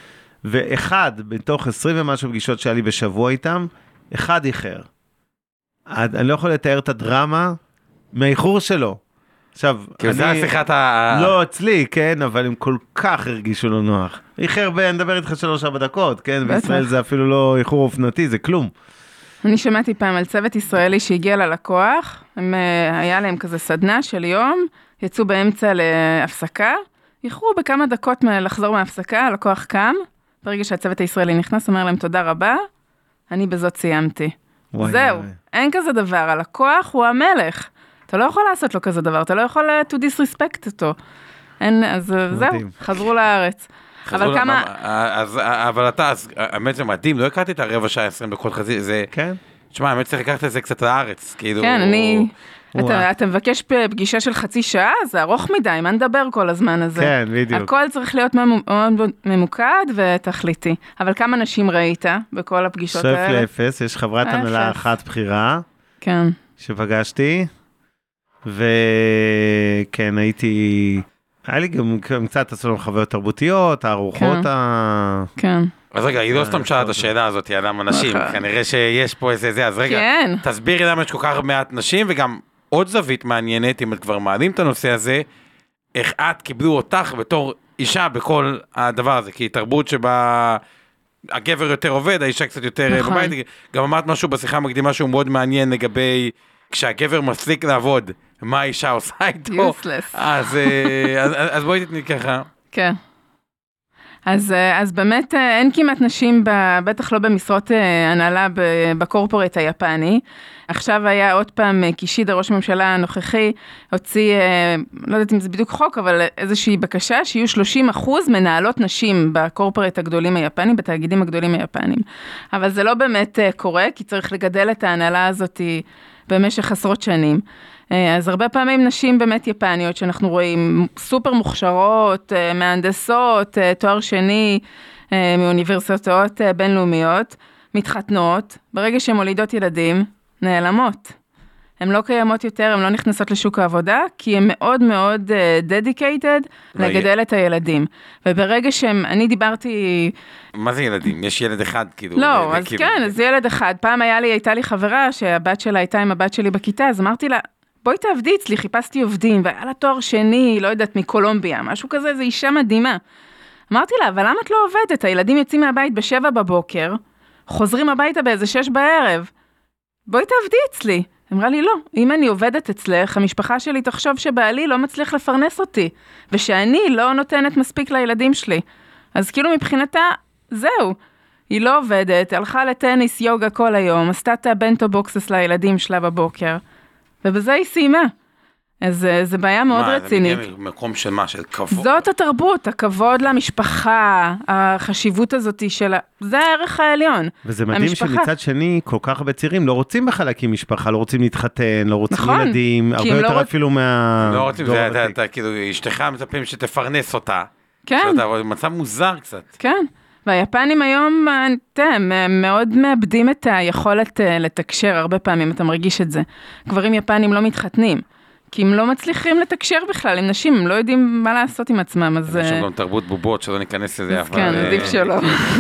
ואחד, בתוך 20 ומשהו פגישות שהיה לי בשבוע איתם, אחד איחר. אני לא יכול לתאר את הדרמה מהאיחור שלו. עכשיו, כי זה השיחת לא אצלי, כן, אבל הם כל כך הרגישו לו נוח. איחר נדבר איתך 3-4 דקות, כן, בישראל זה אפילו לא איחור אופנתי, זה כלום. אני שמעתי פעם על צוות ישראלי שהגיע ללקוח, היה להם כזה סדנה של יום, יצאו באמצע להפסקה, איחרו בכמה דקות לחזור מההפסקה, הלקוח קם, ברגע שהצוות הישראלי נכנס, אומר להם תודה רבה, אני בזאת סיימתי. זהו, אין כזה דבר, הלקוח הוא המלך. אתה לא יכול לעשות לו כזה דבר, אתה לא יכול to disrespect אותו. אז זהו, חזרו לארץ. אבל כמה... אבל אתה, האמת זה מדהים, לא הכרתי את הרבע שעה 20 דקות חזי, זה... כן. תשמע, האמת צריך לקחת את זה קצת לארץ, כאילו... כן, אתה מבקש פגישה של חצי שעה, זה ארוך מדי, מה נדבר כל הזמן הזה? כן, בדיוק. הכל צריך להיות ממוקד ותכליתי. אבל כמה נשים ראית בכל הפגישות האלה? שואף לאפס, יש חברת הנהלה אחת בחירה. כן. שפגשתי, וכן, היה לי גם קצת עשו לנו חוויות תרבותיות, הארוחות כן. אז רגע, היא לא סתם שאלה את השאלה הזאת, היא אדם אנשים, כנראה שיש פה איזה זה, אז רגע, תסבירי למה יש כל כך מעט נשים, וגם עוד זווית מעניינת, אם את כבר מעלים את הנושא הזה, איך את קיבלו אותך בתור אישה בכל הדבר הזה, כי תרבות שבה הגבר יותר עובד, האישה קצת יותר בבית, גם אמרת משהו בשיחה המקדימה שהוא מאוד מעניין לגבי, כשהגבר מפסיק לעבוד, מה האישה עושה איתו, אז בואי תתני ככה. כן. אז באמת אין כמעט נשים, בטח לא במשרות הנהלה בקורפורט היפני. עכשיו היה עוד פעם קישידה, ראש הממשלה הנוכחי, הוציא, לא יודעת אם זה בדיוק חוק, אבל איזושהי בקשה שיהיו 30% מנהלות נשים בקורפורט הגדולים היפנים, בתאגידים הגדולים היפנים. אבל זה לא באמת קורה, כי צריך לגדל את ההנהלה הזאת במשך עשרות שנים. אז הרבה פעמים נשים באמת יפניות שאנחנו רואים סופר מוכשרות, מהנדסות, תואר שני מאוניברסיטאות בינלאומיות, מתחתנות, ברגע שהן מולידות ילדים, נעלמות. הן לא קיימות יותר, הן לא נכנסות לשוק העבודה, כי הן מאוד מאוד dedicated לגדל את הילדים. וברגע אני דיברתי... מה זה ילדים? יש ילד אחד כאילו? לא, אז כן, אז ילד אחד. פעם הייתה לי חברה שהבת שלה הייתה עם הבת שלי בכיתה, אז אמרתי לה, בואי תעבדי אצלי, חיפשתי עובדים, והיה לה תואר שני, לא יודעת, מקולומביה, משהו כזה, זו אישה מדהימה. אמרתי לה, אבל למה את לא עובדת? הילדים יוצאים מהבית ב7 בבוקר, חוזרים הביתה באיזה 6 בערב. בואי תעבדי אצלי. אמרה לי, לא, אם אני עובדת אצלך, המשפחה שלי תחשוב שבעלי לא מצליח לפרנס אותי, ושאני לא נותנת מספיק לילדים שלי. אז כאילו מבחינתה, זהו. היא לא עובדת, הלכה לטניס, יוגה כל היום, עשתה את הבנטו בוקסס לילדים שלה בבוקר. ובזה היא סיימה. אז זה בעיה מאוד רצינית. מה, זה מגיע ממקום של מה? של כבוד? זאת התרבות, הכבוד למשפחה, החשיבות הזאת שלה, זה הערך העליון. וזה מדהים שמצד שני, כל כך הרבה צעירים לא רוצים בכלל להקים משפחה, לא רוצים להתחתן, לא רוצים ילדים, הרבה יותר אפילו מה... לא רוצים, אתה כאילו, אשתך מצפים שתפרנס אותה. כן. מצב מוזר קצת. כן. והיפנים היום, הם מאוד מאבדים את היכולת לתקשר, הרבה פעמים אתה מרגיש את זה. גברים יפנים לא מתחתנים, כי הם לא מצליחים לתקשר בכלל עם נשים, הם לא יודעים מה לעשות עם עצמם, אז... יש גם תרבות בובות, שלא ניכנס לזה, אבל... כן, עדיף שלא.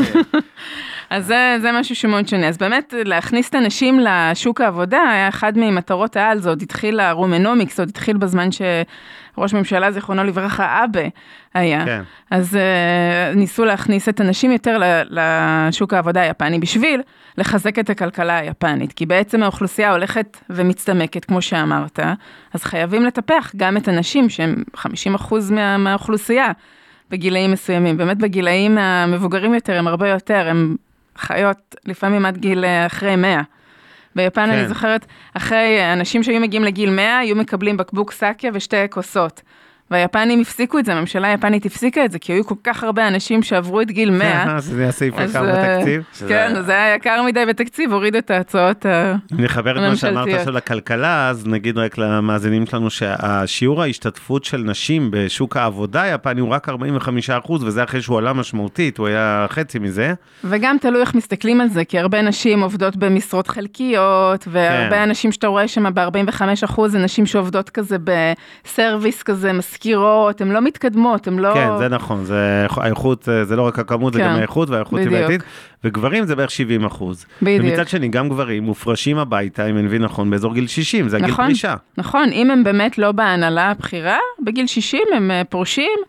אז זה משהו שמאוד שונה. אז באמת, להכניס את הנשים לשוק העבודה, היה אחד ממטרות העל, זה עוד התחיל הרומנומיקס, עוד התחיל בזמן שראש ממשלה זיכרונו לברכה אבא היה. כן. אז ניסו להכניס את הנשים יותר לשוק העבודה היפני, בשביל לחזק את הכלכלה היפנית, כי בעצם האוכלוסייה הולכת ומצטמקת, כמו שאמרת, אז חייבים לטפח גם את הנשים, שהם 50% מהאוכלוסייה, בגילאים מסוימים. באמת בגילאים המבוגרים יותר, הם הרבה יותר, הם חיות לפעמים עד גיל אחרי 100. ביפן אני זוכרת, אחרי אנשים שהיו מגיעים לגיל 100, היו מקבלים בקבוק סאקיה ושתי כוסות. והיפנים הפסיקו את זה, הממשלה היפנית הפסיקה את זה, כי היו כל כך הרבה אנשים שעברו את גיל 100. זה היה סעיף יקר בתקציב. כן, זה היה יקר מדי בתקציב, הוריד את ההצעות הממשלתיות. נחבר את מה שאמרת של הכלכלה, אז נגיד רק למאזינים שלנו, שהשיעור ההשתתפות של נשים בשוק העבודה היפני הוא רק 45%, וזה אחרי שהוא עלה משמעותית, הוא היה חצי מזה. וגם תלוי איך מסתכלים על זה, כי הרבה נשים עובדות במשרות חלקיות, והרבה אנשים שאתה רואה שם ב-45% זה נשים שעובדות כזה בסרוויס כזה, מזכירות, הן לא מתקדמות, הן לא... כן, זה נכון, האיכות, זה לא רק הכמות, זה גם האיכות, והאיכות היא בעתיד, וגברים זה בערך 70%. ומצד שני, גם גברים מופרשים הביתה, אם אני מבין נכון, באזור גיל 60, זה הגיל פרישה. נכון, אם הם באמת לא בהנהלה הבחירה, בגיל 60 הם פורשים,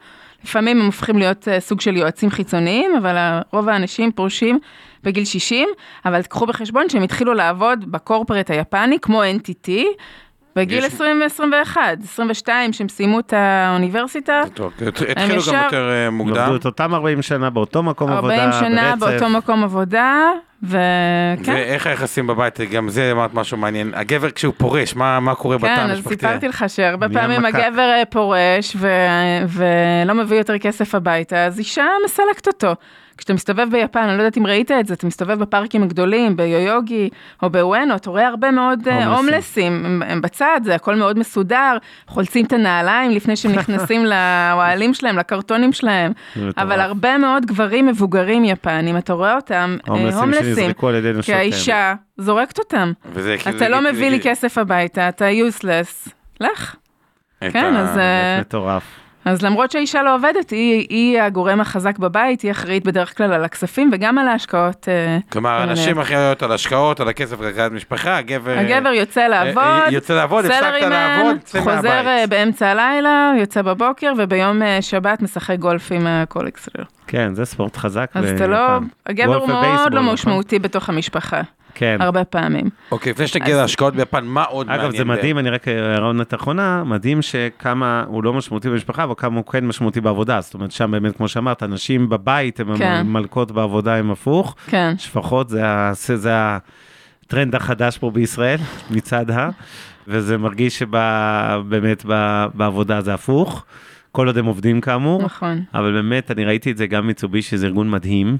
לפעמים הם הופכים להיות סוג של יועצים חיצוניים, אבל רוב האנשים פורשים בגיל 60, אבל תקחו בחשבון שהם התחילו לעבוד בקורפרט היפני, כמו NTT, בגיל 20-21, 22, שהם סיימו את האוניברסיטה. התחילו גם יותר מוקדם. עבדו את אותם 40 שנה באותו מקום עבודה, 40 שנה באותו מקום עבודה, וכן. ואיך היחסים בבית, גם זה אמרת משהו מעניין. הגבר כשהוא פורש, מה קורה בתא המשפחתי? כן, אז סיפרתי לך שהרבה פעמים הגבר פורש, ולא מביא יותר כסף הביתה, אז אישה מסלקת אותו. כשאתה מסתובב ביפן, אני לא יודעת אם ראית את זה, אתה מסתובב בפארקים הגדולים, ביויוגי או בוואנו, אתה רואה הרבה מאוד הומלסים, הם בצד, זה הכל מאוד מסודר, חולצים את הנעליים לפני שהם נכנסים לאוהלים שלהם, לקרטונים שלהם, אבל הרבה מאוד גברים מבוגרים יפנים, אתה רואה אותם, הומלסים, כי האישה זורקת אותם, אתה לא מביא לי כסף הביתה, אתה useless, לך. כן, אז... מטורף. אז למרות שהאישה לא עובדת, היא הגורם החזק בבית, היא אחראית בדרך כלל על הכספים וגם על ההשקעות. כלומר, אנשים אחראיות על השקעות, על הכסף, על הכלכלת משפחה, הגבר יוצא לעבוד, הפסקת לעבוד, חוזר באמצע הלילה, יוצא בבוקר, וביום שבת משחק גולף עם הקולקס שלו. כן, זה ספורט חזק. אז אתה לא, הגבר הוא מאוד לא משמעותי בתוך המשפחה. כן. הרבה פעמים. אוקיי, לפני שתגיע להשקעות ביפן, מה עוד מעניין? אגב, זה מדהים, אני רק הרעיונת האחרונה, מדהים שכמה הוא לא משמעותי במשפחה, אבל כמה הוא כן משמעותי בעבודה. זאת אומרת, שם באמת, כמו שאמרת, אנשים בבית, הם מלכות בעבודה, הם הפוך. כן. שפחות, זה הטרנד החדש פה בישראל, מצד וזה מרגיש שבאמת בעבודה זה הפוך. כל עוד הם עובדים כאמור. נכון. אבל באמת, אני ראיתי את זה גם מיצובישי, זה ארגון מדהים.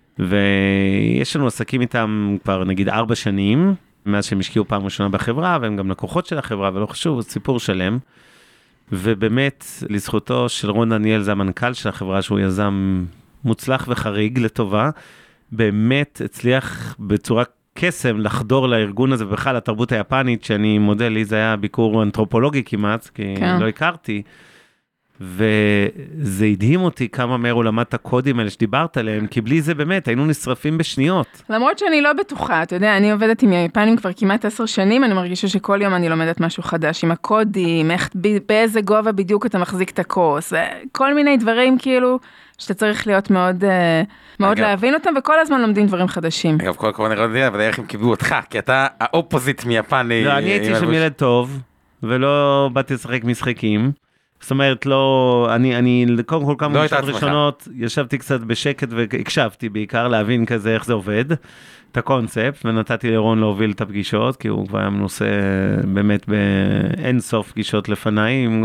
ויש לנו עסקים איתם כבר נגיד 4 שנים, מאז שהם השקיעו פעם ראשונה בחברה, והם גם לקוחות של החברה, ולא חשוב, זה סיפור שלם. ובאמת, לזכותו של רון דניאל, זה המנכ"ל של החברה, שהוא יזם מוצלח וחריג לטובה, באמת הצליח בצורה קסם לחדור לארגון הזה, ובכלל התרבות היפנית, שאני מודה לי, זה היה ביקור אנתרופולוגי כמעט, כי לא הכרתי, וזה הדהים אותי כמה מהר הוא למד את הקודים האלה שדיברת עליהם, כי בלי זה באמת היינו נשרפים בשניות. למרות שאני לא בטוחה, אתה יודע, אני עובדת עם היפנים כבר כמעט 10 שנים, אני מרגישה שכל יום אני לומדת משהו חדש, עם הקודים, באיזה גובה בדיוק אתה מחזיק את הכוס, כל מיני דברים כאילו, שאתה צריך להיות מאוד להבין אותם, וכל הזמן לומדים דברים חדשים. אגב, כל הכבוד נראה, אבל איך הם קיבלו אותך, כי אתה האופוזיט מיפן. לא, אני הייתי שם ילד טוב, ולא באתי לשחק משחקים. זאת אומרת, לא, אני קודם כל כמה משעות ראשונות, ישבתי קצת בשקט והקשבתי בעיקר להבין כזה איך זה עובד, את הקונספט, ונתתי לרון להוביל את הפגישות, כי הוא כבר היה מנוסה באמת באין סוף פגישות לפניי עם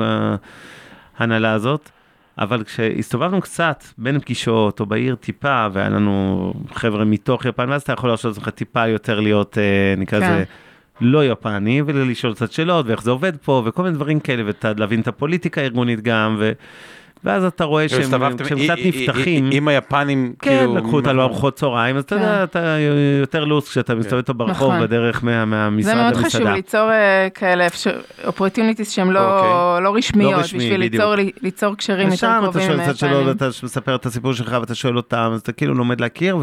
ההנהלה הזאת, אבל כשהסתובבנו קצת בין פגישות או בעיר טיפה, והיה לנו חבר'ה מתוך יפן, ואז אתה יכול לעשות לך טיפה יותר להיות, נקרא זה, לא יפני, ולשאול קצת שאלות, ואיך זה עובד פה, וכל מיני דברים כאלה, ולהבין את הפוליטיקה הארגונית גם, ואז אתה רואה שהם קצת נפתחים. עם היפנים, כן, לקחו אותה לארוחות צהריים, אז אתה יודע, אתה יותר לוס כשאתה מסתובב אותו ברחוב, בדרך מהמשרד למסעדה. זה מאוד חשוב ליצור כאלה opportunities שהן לא רשמיות, בשביל ליצור קשרים יותר קרובים עם היפנים. ואתה מספר את הסיפור שלך, ואתה שואל אותם, אז אתה כאילו לומד להכיר,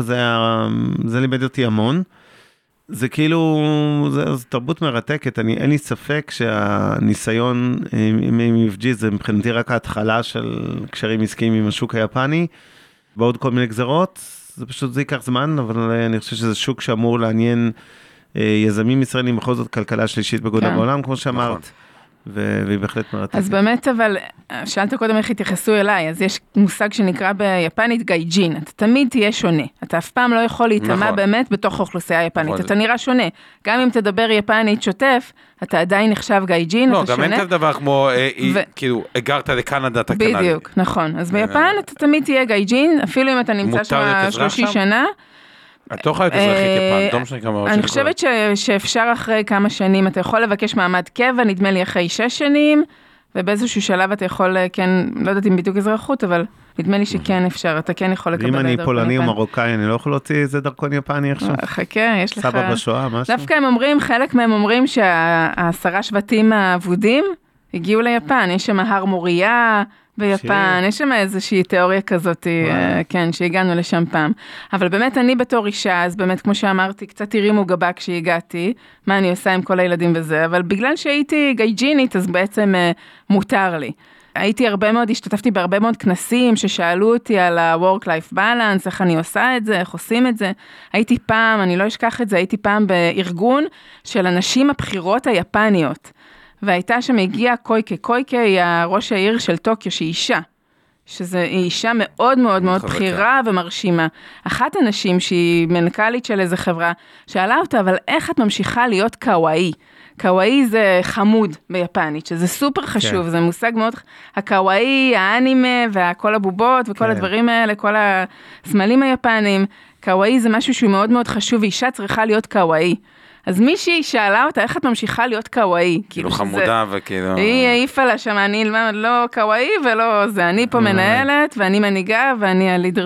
וזה לימד אותי המון. זה כאילו, זו תרבות מרתקת, אין לי ספק שהניסיון עם UFG זה מבחינתי רק ההתחלה של קשרים עסקיים עם השוק היפני, בעוד כל מיני גזרות, זה פשוט, זה ייקח זמן, אבל אני חושב שזה שוק שאמור לעניין יזמים ישראלים, בכל זאת כלכלה שלישית בגודל בעולם, כמו שאמרת. והיא בהחלט מרתקת. אז באמת, אבל שאלת קודם איך התייחסו אליי, אז יש מושג שנקרא ביפנית גייג'ין, אתה תמיד תהיה שונה, אתה אף פעם לא יכול להתאמה באמת בתוך האוכלוסייה היפנית, אתה נראה שונה, גם אם תדבר יפנית שוטף, אתה עדיין נחשב גייג'ין, אתה שונה. לא, גם אין כזה דבר כמו, כאילו, הגרת לקנדה, אתה קנדי. בדיוק, נכון, אז ביפן אתה תמיד תהיה גייג'ין, אפילו אם אתה נמצא שם 30 שנה, את לא יכולה להיות אזרחית יפן, לא משנה כמה עוד אני חושבת שאפשר אחרי כמה שנים, אתה יכול לבקש מעמד קבע, נדמה לי אחרי 6 שנים, ובאיזשהו שלב אתה יכול, כן, לא יודעת אם בדיוק אזרחות, אבל נדמה לי שכן אפשר, אתה כן יכול לקבל דרכון יפני. אם אני פולני או מרוקאי, אני לא יכול להוציא איזה דרכון יפני עכשיו. חכה, יש לך... סבא בשואה, משהו. דווקא הם אומרים, חלק מהם אומרים שה10 שבטים האבודים הגיעו ליפן, יש שם הר מוריה ביפן, יש שם איזושהי תיאוריה כזאת, כן, שהגענו לשם פעם. אבל באמת אני בתור אישה, אז באמת כמו שאמרתי, קצת הרימו גבה כשהגעתי, מה אני עושה עם כל הילדים וזה, אבל בגלל שהייתי גייג'ינית, אז בעצם מותר לי. השתתפתי בהרבה מאוד כנסים ששאלו אותי על ה-work-life balance, איך אני עושה את זה, איך עושים את זה. אני לא אשכח את זה, הייתי פעם בארגון של הנשים הבחירות היפניות, והייתה שם הגיעה קויקה, היא ראש העיר של טוקיו, שהיא אישה. שזו אישה מאוד מאוד מאוד בחירה ומרשימה. אחת הנשים שהיא מנכ"לית של איזו חברה, שאלה אותה, אבל איך את ממשיכה להיות קוואי? קוואי זה חמוד ביפנית, שזה סופר חשוב, זה מושג מאוד, הקוואי, האנימה, וכל הבובות, וכל הדברים האלה, כל הסמלים היפנים, קוואי זה משהו שהוא מאוד מאוד חשוב, ואישה צריכה להיות קוואי. אז מישהי שאלה אותה, איך את ממשיכה להיות קוואי? כאילו חמודה וכאילו... היא העיפה לה שם, אני לא קוואי ולא זה, אני פה מנהלת, ואני מנהיגה, ואני הלידר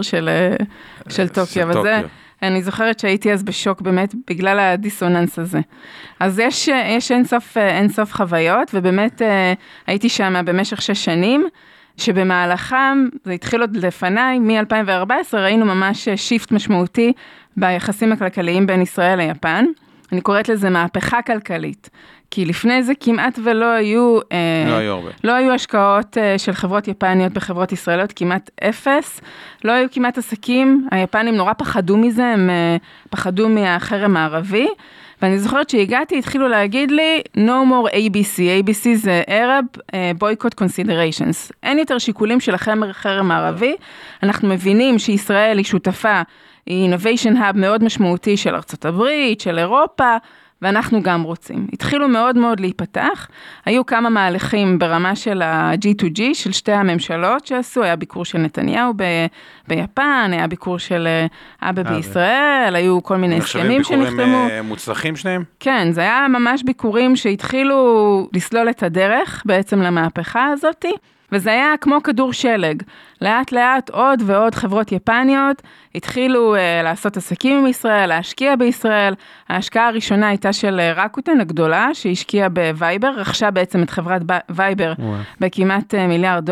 של טוקיו, וזה... אני זוכרת שהייתי אז בשוק באמת, בגלל הדיסוננס הזה. אז יש אינסוף חוויות, ובאמת הייתי שם במשך 6 שנים, שבמהלכם, זה התחיל עוד לפניי, מ-2014 ראינו ממש שיפט משמעותי, ביחסים הכלכליים בין ישראל ליפן. אני קוראת לזה מהפכה כלכלית, כי לפני זה כמעט ולא היו, לא היו השקעות של חברות יפניות בחברות ישראליות, כמעט 0, לא היו כמעט עסקים, היפנים נורא פחדו מזה, הם פחדו מהחרם הערבי, ואני זוכרת שהגעתי, התחילו להגיד לי, no more ABC זה Arab Boycott Considerations, אין יותר שיקולים של החרם הערבי, אנחנו מבינים שישראל היא שותפה, היא innovation hub מאוד משמעותי של ארצות הברית, של אירופה, ואנחנו גם רוצים. התחילו מאוד מאוד להיפתח, היו כמה מהלכים ברמה של ה-G2G, של שתי הממשלות שעשו, היה ביקור של נתניהו ביפן, היה ביקור של אבא בישראל, היו כל מיני הסכמים שנחתמו. ביקורים מוצלחים שניהם? כן, זה היה ממש ביקורים שהתחילו לסלול את הדרך בעצם למהפכה הזאת, וזה היה כמו כדור שלג. לאט לאט עוד ועוד חברות יפניות התחילו לעשות עסקים עם ישראל, להשקיע בישראל. ההשקעה הראשונה הייתה של רקוטן הגדולה, שהשקיעה בווייבר, רכשה בעצם את חברת וייבר בכמעט $1 מיליארד.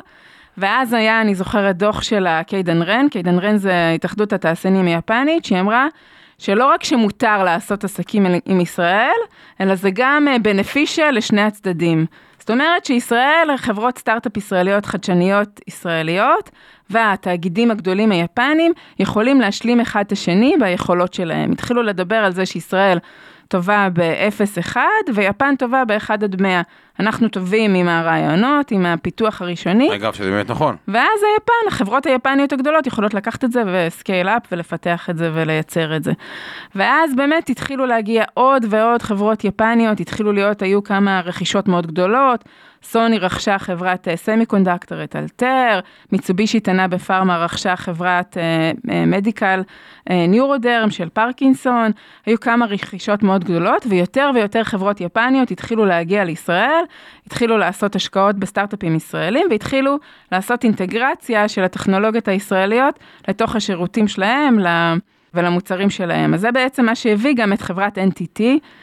ואז היה, אני זוכרת, דוח של קיידן רן, קיידן רן זה התאחדות התעשיינים היפנית, שהיא אמרה שלא רק שמותר לעשות עסקים עם ישראל, אלא זה גם בנפישל לשני הצדדים. זאת אומרת שישראל, חברות סטארט-אפ ישראליות, חדשניות ישראליות, והתאגידים הגדולים היפנים יכולים להשלים אחד את השני ביכולות שלהם. התחילו לדבר על זה שישראל טובה ב-0-1, ויפן טובה ב-1-100. אנחנו טובים עם הרעיונות, עם הפיתוח הראשוני. אגב, שזה באמת נכון. ואז היפן, החברות היפניות הגדולות יכולות לקחת את זה וסקייל אפ ולפתח את זה ולייצר את זה. ואז באמת התחילו להגיע עוד ועוד חברות יפניות, היו כמה רכישות מאוד גדולות, סוני רכשה חברת סמי-קונדקטור את אלתר, מיצובישי תנה בפארמה רכשה חברת מדיקל ניורודרם של פרקינסון, היו כמה רכישות מאוד גדולות, ויותר ויותר חברות יפניות התחילו להגיע לישראל, התחילו לעשות השקעות בסטארט-אפים ישראלים, והתחילו לעשות אינטגרציה של הטכנולוגיות הישראליות לתוך השירותים שלהם ולמוצרים שלהם. אז זה בעצם מה שהביא גם את חברת NTT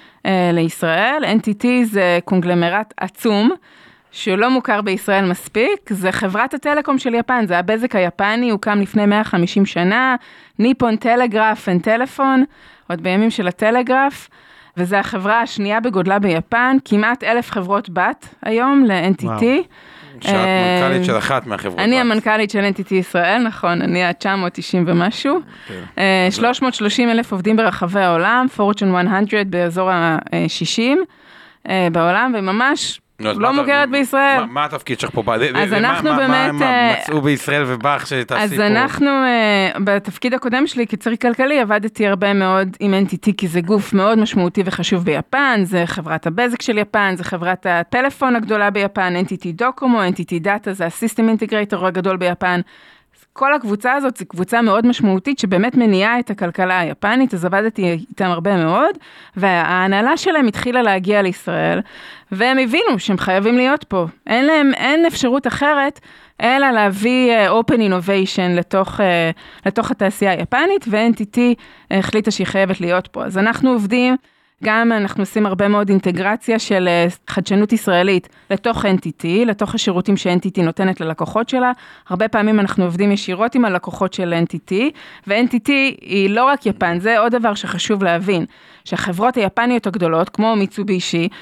לישראל. NTT זה קונגלמרט עצום, שלא מוכר בישראל מספיק, זה חברת הטלקום של יפן, זה הבזק היפני, הוקם לפני 150 שנה, ניפון טלגרף וטלפון, עוד בימים של הטלגרף, וזו החברה השנייה בגודלה ביפן, כמעט 1,000 חברות בת היום ל-NTT. שאת מנכ"לית של אחת מהחברות בת. אני המנכ"לית של NTT ישראל, נכון, אני ה-990 ומשהו. 330,000 עובדים ברחבי העולם, Fortune 100 באזור ה-60 בעולם, וממש לא מוכרת בישראל. מה התפקיד שלך פה? אז אנחנו באמת... מה מצאו בישראל ובך שתעשי פה? אז אנחנו, בתפקיד הקודם שלי כצריך כלכלי, עבדתי הרבה מאוד עם NTT, כי זה גוף מאוד משמעותי וחשוב ביפן, זה חברת הבזק של יפן, זה חברת הטלפון הגדולה ביפן, NTT דוקומו, NTT דאטה, זה הסיסטם אינטגרייטור הגדול ביפן. כל הקבוצה הזאת זו קבוצה מאוד משמעותית שבאמת מניעה את הכלכלה היפנית, אז עבדתי איתם הרבה מאוד, וההנהלה שלהם התחילה להגיע לישראל, והם הבינו שהם חייבים להיות פה. אין אפשרות אחרת, אלא להביא open innovation לתוך התעשייה היפנית, ו-NTT החליטה שהיא חייבת להיות פה. אז אנחנו עובדים, גם אנחנו עושים הרבה מאוד אינטגרציה של חדשנות ישראלית לתוך NTT, לתוך השירותים ש-NTT נותנת ללקוחות שלה. הרבה פעמים אנחנו עובדים ישירות עם הלקוחות של NTT, ו-NTT היא לא רק יפן, זה עוד דבר שחשוב להבין, שהחברות היפניות הגדולות, כמו מיצובישי,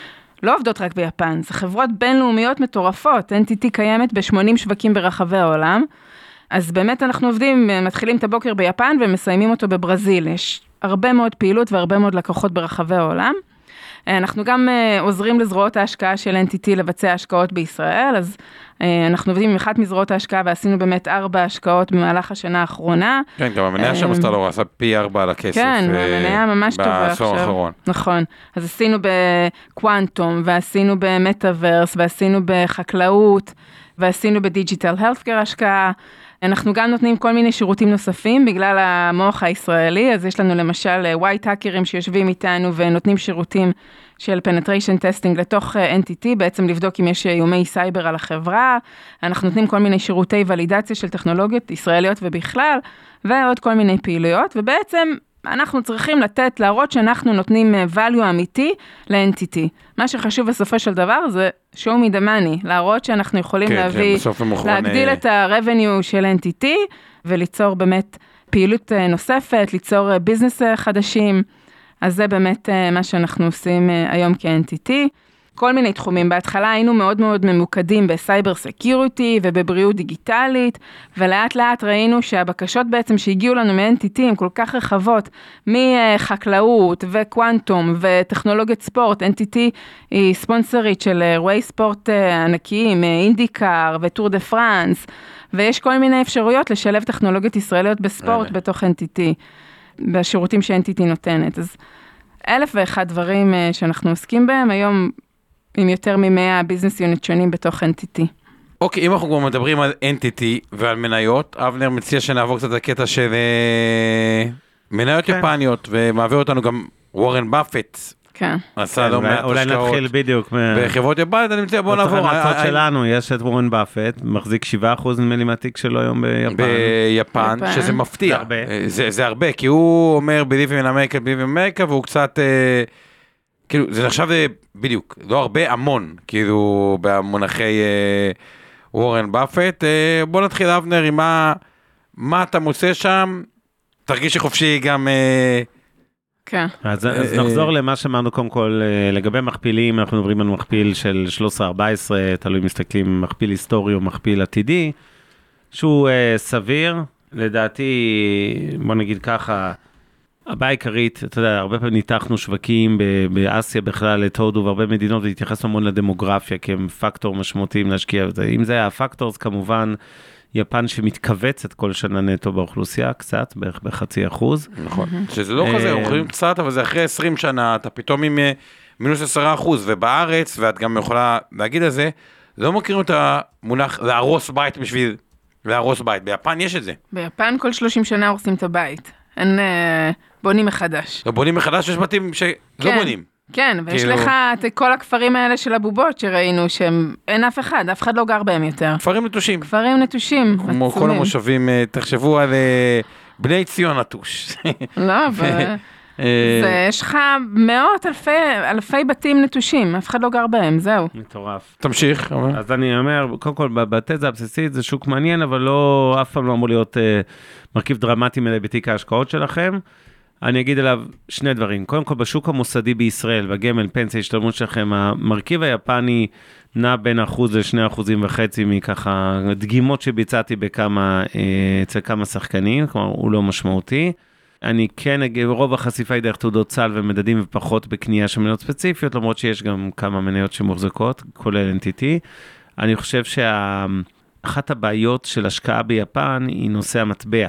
לא עובדות רק ביפן, זה חברות בינלאומיות מטורפות, NTT קיימת ב-80 שווקים ברחבי העולם, אז באמת אנחנו עובדים, מתחילים את הבוקר ביפן ומסיימים אותו בברזיל, יש הרבה מאוד פעילות והרבה מאוד לקוחות ברחבי העולם, אנחנו גם עוזרים לזרועות ההשקעה של NTT לבצע השקעות בישראל, אז אנחנו עובדים עם אחת מזרועות ההשקעה, ועשינו באמת 4 השקעות במהלך השנה האחרונה. כן, גם המניה שם עשתה לו, עשה פי 4 על הכסף. כן, המניה ממש טובה עכשיו. בעשור האחרון. נכון, אז עשינו בקוואנטום, ועשינו במטאברס, ועשינו בחקלאות, ועשינו בדיג'יטל הלת'קר השקעה. אנחנו גם נותנים כל מיני שירותים נוספים, בגלל המוח הישראלי, אז יש לנו למשל ווייט האקרים שיושבים איתנו, ונותנים שירותים של penetration testing לתוך NTT, בעצם לבדוק אם יש איומי סייבר על החברה, אנחנו נותנים כל מיני שירותי ולידציה של טכנולוגיות ישראליות ובכלל, ועוד כל מיני פעילויות, ובעצם אנחנו צריכים להראות שאנחנו נותנים value אמיתי ל-NTT. מה שחשוב בסופו של דבר זה show me the money, להראות שאנחנו יכולים להביא, להגדיל את ה-revenue של NTT, וליצור באמת פעילות נוספת, ליצור ביזנס חדשים, אז זה באמת מה שאנחנו עושים היום כ-NTT. כל מיני תחומים, בהתחלה היינו מאוד מאוד ממוקדים בסייבר סקיוריטי ובבריאות דיגיטלית, ולאט לאט ראינו שהבקשות בעצם שהגיעו לנו מ-NTT הן כל כך רחבות, מחקלאות וקוואנטום וטכנולוגיית ספורט, NTT היא ספונסרית של אירועי ספורט ענקיים, אינדיקאר וטור דה פרנס, ויש כל מיני אפשרויות לשלב טכנולוגיות ישראליות בספורט בתוך NTT, בשירותים ש-NTT נותנת. אז 1,001 דברים שאנחנו עוסקים בהם, היום עם יותר מ-100 ביזנס יוניט שונים בתוך NTT. אוקיי, אם אנחנו כבר מדברים על NTT ועל מניות, אבנר מציע שנעבור קצת לקטע של מניות יפניות, ומעביר אותנו גם וורן באפט. כן. עשה לא מעט אולי השקעות. נתחיל בדיוק. בחברות יפניות, אני מציע, בוא נעבור. בהמלצות שלנו, יש את וורן באפט, מחזיק 7% נדמה לי מהתיק שלו היום ביפן, שזה מפתיע. זה הרבה, כי הוא אומר בליבים אמריקה, והוא קצת, כאילו, זה נחשב בדיוק, לא הרבה, המון, כאילו, במונחי וורן באפט. בוא נתחיל, אבנר, עם מה אתה מוצא שם, תרגישי חופשי גם... כן. אז נחזור למה שאמרנו קודם כל, לגבי מכפילים, אנחנו מדברים על מכפיל של 13-14, תלוי מסתכלים, מכפיל היסטורי או מכפיל עתידי, שהוא סביר, לדעתי, בוא נגיד ככה, הבעיה העיקרית, אתה יודע, הרבה פעמים ניתחנו שווקים באסיה בכלל, את הודו והרבה מדינות, והתייחסנו המון לדמוגרפיה, כי הם פקטור משמעותיים להשקיע בזה. אם זה היה הפקטור, אז כמובן, יפן שמתכווצת כל שנה נטו באוכלוסייה, קצת, בערך ב0.5%. נכון, שזה לא כזה, אוכלים קצת, אבל זה אחרי 20 שנה, אתה פתאום עם מינוס 10%, ובארץ, ואת גם יכולה להגיד על זה, לא מכירים את המונח להרוס בית בשביל להרוס בית. ביפן יש את זה. ביפן כל 30 שנה הורסים את הבית. אין בונים מחדש. לא בונים מחדש, יש בתים שלא בונים. כן, ויש לך את כל הכפרים האלה של הבובות שראינו, שאין אף אחד לא גר בהם יותר. כפרים נטושים. כפרים נטושים. כמו כל המושבים, תחשבו על בני ציון נטוש. לא, יש לך מאות אלפי בתים נטושים, אף אחד לא גר בהם, זהו. מטורף. תמשיך. אז אני אומר, קודם כל, בתזה הבסיסית זה שוק מעניין, אבל לא, אף פעם לא אמור להיות מרכיב דרמטי מלא בתיק ההשקעות שלכם. אני אגיד עליו שני דברים. קודם כל, בשוק המוסדי בישראל, בגמל, פנסיה, השתלמות שלכם, המרכיב היפני נע בין 1% ל2.5% מככה דגימות שביצעתי אצל כמה שחקנים, כלומר, הוא לא משמעותי. אני כן אגיד, רוב החשיפה היא דרך תעודות סל ומדדים ופחות בקנייה של מניות ספציפיות, למרות שיש גם כמה מניות שמוחזקות, כולל NTT. אני חושב שאחת הבעיות של השקעה ביפן היא נושא המטבע.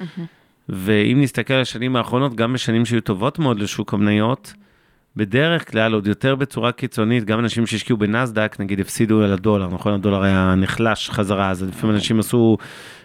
ואם נסתכל על השנים האחרונות, גם בשנים שהיו טובות מאוד לשוק המניות, בדרך כלל עוד יותר בצורה קיצונית, גם אנשים שהשקיעו בנסדק, נגיד הפסידו על הדולר, נכון? הדולר היה נחלש חזרה, אז לפעמים אנשים עשו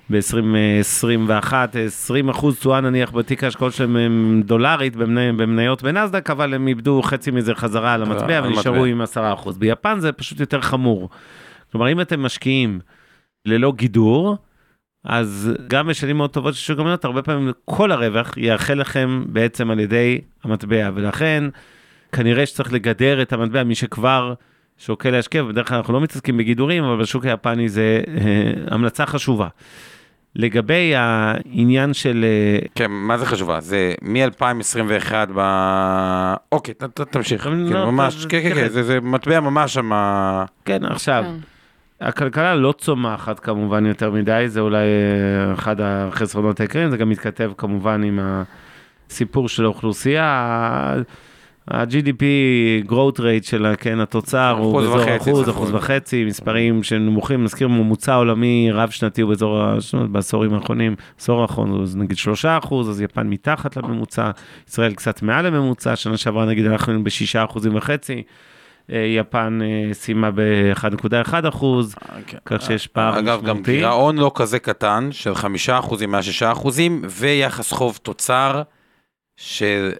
ב-2021, 20% תשואה נניח בתיק ההשקעות שלהם דולרית במניות בנסדק, אבל הם איבדו חצי מזה חזרה על המטבע ונשארו עם 10%. ביפן זה פשוט יותר חמור. כלומר, אם אתם משקיעים ללא גידור, אז גם בשנים מאוד טובות של שוק המניות, הרבה פעמים כל הרווח יאכל לכם בעצם על ידי המטבע, ולכן כנראה שצריך לגדר את המטבע, מי שכבר שוקל להשקיע, ובדרך כלל אנחנו לא מתעסקים בגידורים, אבל בשוק היפני זה המלצה חשובה. לגבי העניין של... כן, מה זה חשובה? זה מ-2021 אוקיי, תמשיך. ממש, כן, זה מטבע ממש שם... כן, עכשיו, הכלכלה לא צומחת כמובן יותר מדי, זה אולי אחד החסרונות העיקריים, זה גם מתכתב כמובן עם הסיפור של האוכלוסייה, ה-GDP growth rate שלה, כן, התוצר הוא באזור 1.5%, מספרים שנמוכים, נזכיר ממוצע עולמי רב שנתי הוא באזור, בעשורים האחרונים, עשור האחרון, אז נגיד 3%, אז יפן מתחת לממוצע, ישראל קצת מעל לממוצע, שנה שעברה נגיד אנחנו ב6.5%, יפן סיימה ב-1.1%, כך שיש פער אגב, גם גירעון לא כזה קטן, של 5% מה-6%, ויחס חוב תוצר של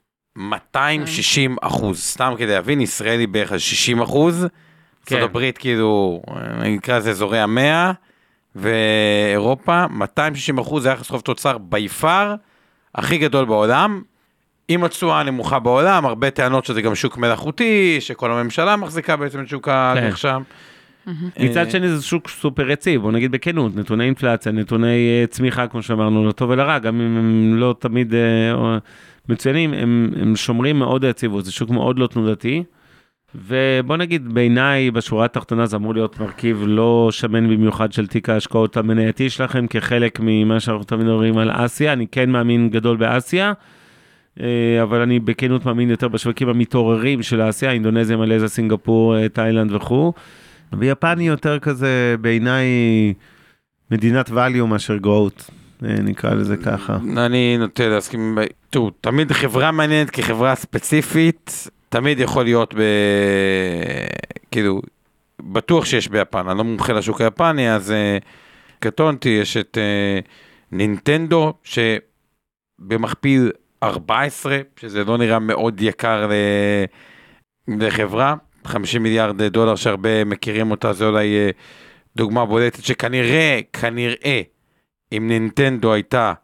260%, סתם כדי להבין, ישראל היא בערך על 60%, ארצות הברית כאילו, נקרא זה אזורי ה-100, ואירופה, 260% זה יחס חוב תוצר ביפר, הכי גדול בעולם, עם התשואה הנמוכה בעולם, הרבה טענות שזה גם שוק מלאכותי, שכל הממשלה מחזיקה בעצם את שוק האג"ח שם. מצד שני זה שוק סופר יציב, בוא נגיד בכנות, נתוני אינפלציה, נתוני צמיחה, כמו שאמרנו, לטוב ולרע, גם אם הם לא תמיד מצוינים, הם שומרים מאוד יציבות, זה שוק מאוד לא תנודתי, ובוא נגיד בעיניי בשורה התחתונה זה אמור להיות מרכיב לא שמן במיוחד של תיק ההשקעות המנייתי שלכם, כחלק ממה שאנחנו תמיד מדברים על אסיה, אני כן מאמין גדול באסיה, אבל אני בכנות מאמין יותר בשווקים המתעוררים של אסיה, אינדונזיה, מלזיה, סינגפור, תאילנד וכו'. ביפן היא יותר כזה בעיניי מדינת value מאשר growth, נקרא לזה ככה. אני נוטה להסכים, תמיד חברה מעניינת כחברה ספציפית, תמיד יכול להיות כאילו, בטוח שיש ביפן, אני לא מומחה לשוק היפני, אז קטונתי, יש את נינטנדו, שבמכפיל 14, שזה לא נראה מאוד יקר לחברה, 50 מיליארד דולר שהרבה מכירים אותה, זה אולי דוגמה בולטת, שכנראה, אם נינטנדו הייתה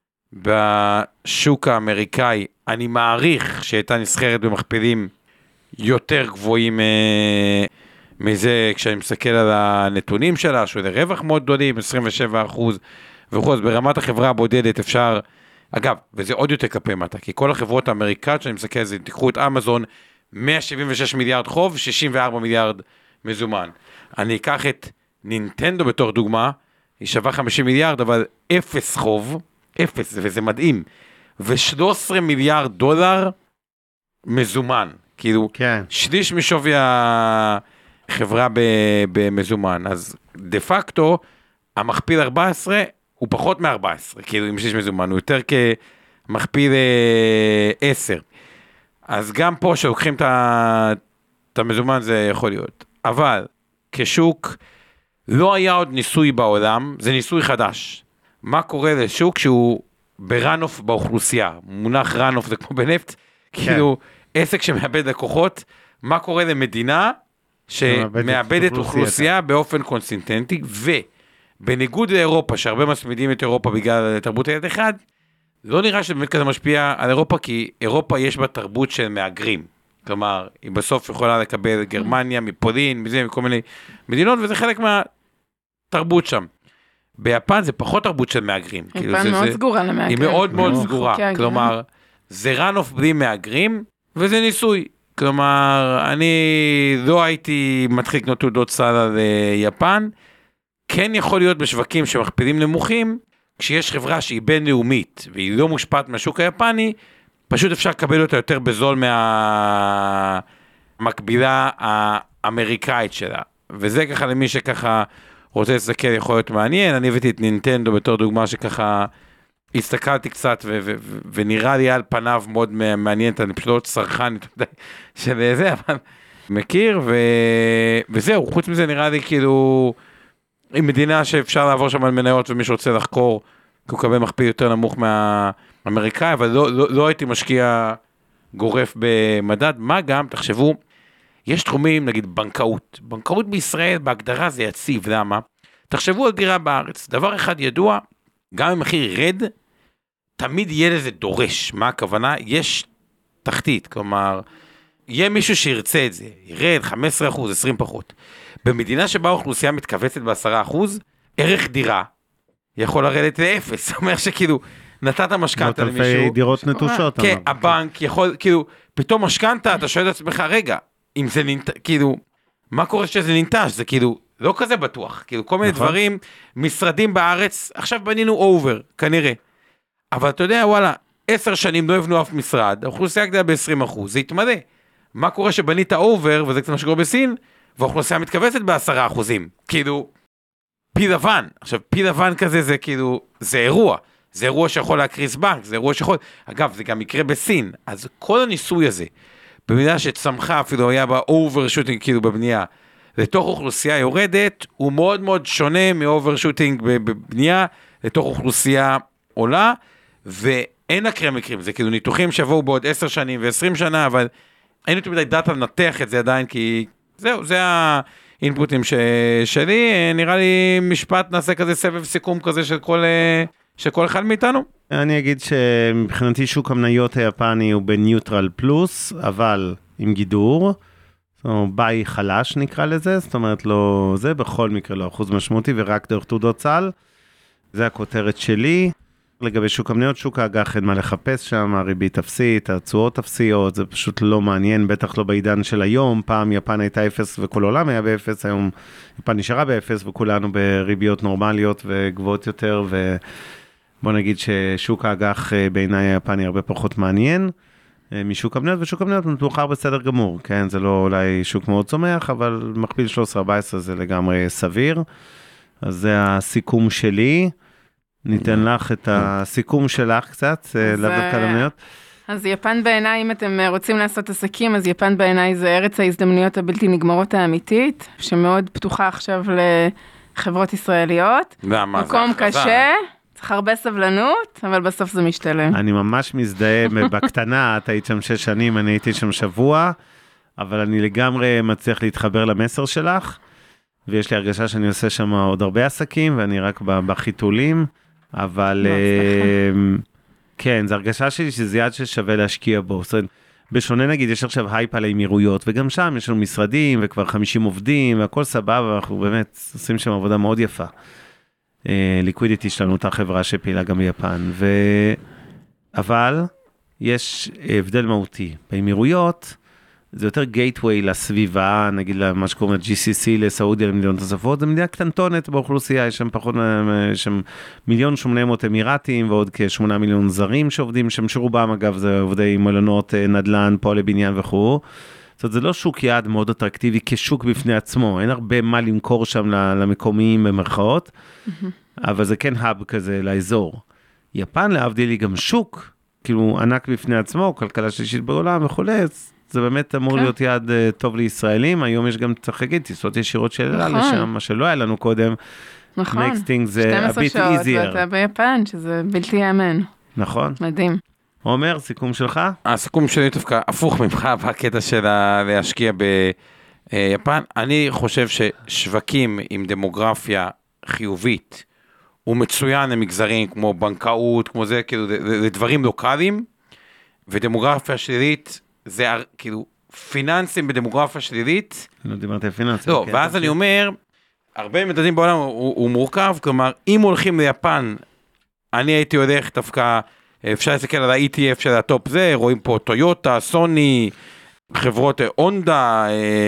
בשוק האמריקאי, אני מעריך שהייתה נסחרת במכפילים יותר גבוהים מזה, כשאני מסתכל על הנתונים שלה, שזה רווח מאוד גדולים, 27%, וכו', אז ברמת החברה הבודדת אפשר, אגב, וזה עוד יותר כלפי מטה, כי כל החברות האמריקאיות שאני מסתכל על זה, תיקחו את אמזון, 176 מיליארד חוב, 64 מיליארד מזומן. אני אקח את נינטנדו בתור דוגמה, היא שווה 50 מיליארד, אבל 0 חוב, 0, וזה מדהים, ו13 מיליארד דולר מזומן, כאילו, כן. שליש משווי החברה במזומן, אז דה פקטו, המכפיל 14 הוא פחות מ-14, כאילו, עם שליש מזומן, הוא יותר כמכפיל 10, אז גם פה שלוקחים את המזומן זה יכול להיות, אבל כשוק לא היה עוד ניסוי בעולם, זה ניסוי חדש. מה קורה לשוק שהוא ברנוף באוכלוסייה? מונח רנוף זה כמו בנפט, כאילו עסק שמאבד לקוחות, מה קורה למדינה שמאבדת אוכלוסייה באופן קונסיסטנטי, ובניגוד לאירופה, שהרבה מסמידים את אירופה בגלל תרבות הילד אחד, לא נראה שבאמת כזה משפיע על אירופה, כי אירופה יש בה תרבות של מאגרים. כלומר, היא בסוף יכולה לקבל גרמניה, מפולין, מכל מיני מדינות, וזה חלק מהתרבות שם. ביפן זה פחות תרבות של מאגרים. יפן מאוד סגורה למאגרים. היא מאוד מאוד סגורה. כלומר, זה רן-אוף בלי מאגרים, וזה ניסוי. כלומר, אני לא הייתי מתחיל לקנות תעודות סל על יפן, כן יכול להיות בשווקים שמכפילים נמוכים, כשיש חברה שהיא בינלאומית, והיא לא מושפעת מהשוק היפני, פשוט אפשר לקבל אותה יותר בזול מהמקבילה האמריקאית שלה. וזה ככה למי שככה רוצה לסתכל יכול להיות מעניין. אני הבאתי את נינטנדו בתור דוגמה שככה הסתכלתי קצת ונראה לי על פניו מאוד מעניינת, אני פשוט לא צרכן של זה, אבל מכיר וזהו, חוץ מזה נראה לי כאילו עם מדינה שאפשר לעבור שם על מניות ומי שרוצה לחקור, כי הוא קבל מכפיל יותר נמוך מהאמריקאי, אבל לא הייתי משקיע גורף במדד. מה גם, תחשבו, יש תחומים, נגיד בנקאות. בנקאות בישראל בהגדרה זה יציב, למה? תחשבו על דירה בארץ. דבר אחד ידוע, גם אם מחיר ירד, תמיד יהיה לזה דורש. מה הכוונה? יש תחתית, כלומר, יהיה מישהו שירצה את זה, ירד 15%, 20 פחות. במדינה שבה האוכלוסייה מתכווצת ב10%, ערך דירה יכול לרדת לאפס, זאת אומרת שכאילו, נתת משכנתה למישהו. אלפי דירות נטושות. כן, הבנק יכול, כאילו, פתאום משכנתה, אתה שואל את עצמך, רגע, אם זה כאילו, מה קורה שזה ננטש? זה כאילו, לא כזה בטוח, כאילו, כל מיני דברים, משרדים בארץ, עכשיו בנינו אובר, כנראה. אבל אתה יודע, וואלה, 10 שנים לא הבנו אף משרד, האוכלוסייה גדלה ב-20%, זה יתמלא. מה קורה שבנית אובר, וזה קצת מה שקורה בסין, והאוכלוסייה מתכווצת ב10%. כאילו, פי לבן. עכשיו, פי לבן כזה זה כאילו, זה אירוע. זה אירוע שיכול להקריס בנק, זה אירוע שיכול... אגב, זה גם יקרה בסין. אז כל הניסוי הזה, במידה שצמחה, אפילו היה באוברשוטינג, כאילו בבנייה, לתוך אוכלוסייה יורדת, הוא מאוד מאוד שונה מאוברשוטינג בבנייה, לתוך אוכלוסייה עולה, ואין הקרא מקרים. זה כאילו ניתוחים שיבואו בעוד 10 שנים ו20 שנה, אבל אין יותר מדי דאטה לנתח את זה עדיין, כי זהו, זה האינפוטים שלי. נראה לי משפט, נעשה כזה סבב סיכום כזה של כל אחד מאיתנו. אני אגיד שמבחינתי שוק המניות היפני הוא בניוטרל פלוס, אבל עם גידור, ביי חלש נקרא לזה, זאת אומרת לא, זה בכל מקרה לא אחוז משמעותי ורק דרך תעודות סל, זה הכותרת שלי. לגבי שוק המניות, שוק האג"ח אין מה לחפש שם, הריבית אפסית, התשואות אפסיות, זה פשוט לא מעניין, בטח לא בעידן של היום, פעם יפן הייתה 0 וכל העולם היה ב-0, היום יפן נשארה ב-0 וכולנו בריביות נורמליות וגבוהות יותר, ובוא נגיד ששוק האג"ח בעיניי היפני הרבה פחות מעניין משוק המניות, ושוק המניות מתוחר בסדר גמור, כן, זה לא אולי שוק מאוד צומח, אבל מכפיל 13-14 זה לגמרי סביר, אז זה הסיכום שלי. ניתן לך את הסיכום שלך קצת, לאו דווקא למניות. אז יפן בעיניי, אם אתם רוצים לעשות עסקים, אז יפן בעיניי זה ארץ ההזדמנויות הבלתי נגמרות האמיתית, שמאוד פתוחה עכשיו לחברות ישראליות. מקום קשה, צריך הרבה סבלנות, אבל בסוף זה משתלם. אני ממש מזדהה בקטנה, את היית שם 6 שנים, אני הייתי שם שבוע, אבל אני לגמרי מצליח להתחבר למסר שלך, ויש לי הרגשה שאני עושה שם עוד הרבה עסקים, ואני רק בחיתולים, אבל כן, זו הרגשה שלי שזה יעד ששווה להשקיע בו. זאת אומרת, בשונה נגיד, יש עכשיו הייפ על האמירויות, וגם שם יש לנו משרדים, וכבר 50 עובדים, והכל סבבה, ואנחנו באמת עושים שם עבודה מאוד יפה. ליקווידיטי שלנו, אותה חברה שפעילה גם ביפן, אבל יש הבדל מהותי. באמירויות, זה יותר גייטווי לסביבה, נגיד למה שקוראים ל-GCC, לסעודיה, למדינות נוספות, זה מדינה קטנטונת באוכלוסייה, יש שם פחות, יש שם 1,800,000 אמירתים, ועוד כ8 מיליון זרים שעובדים, שם שרובם אגב זה עובדי מלונות, נדל"ן, פועלי בניין וכו'. זאת אומרת, זה לא שוק יעד מאוד אטרקטיבי כשוק בפני עצמו, אין הרבה מה למכור שם למקומיים במרכאות, אבל זה כן האב כזה לאזור. יפן להבדיל היא גם שוק, כאילו ענק בפני עצמו, כלכלה שלישית בעולם וכו'. זה באמת אמור להיות יעד טוב לישראלים, היום יש גם, צריך להגיד, טיסות ישירות של אלה לשם, מה שלא היה לנו קודם. נכון, 12 שעות, ואתה ביפן, שזה בלתי יאמן. נכון. מדהים. עומר, סיכום שלך? הסיכום שלי דווקא הפוך ממך, בקטע של להשקיע ביפן. אני חושב ששווקים עם דמוגרפיה חיובית, הוא מצוין למגזרים כמו בנקאות, כמו זה, כאילו, לדברים לוקליים, ודמוגרפיה שלילית, זה כאילו פיננסים בדמוגרפיה שלילית. לא דיברתי על פיננסים. לא, ואז אני אומר, הרבה מדדים בעולם הוא מורכב, כלומר, אם הולכים ליפן, אני הייתי הולך דווקא, אפשר להסתכל על ה-ETF של הטופ זה, רואים פה טויוטה, סוני, חברות הונדה,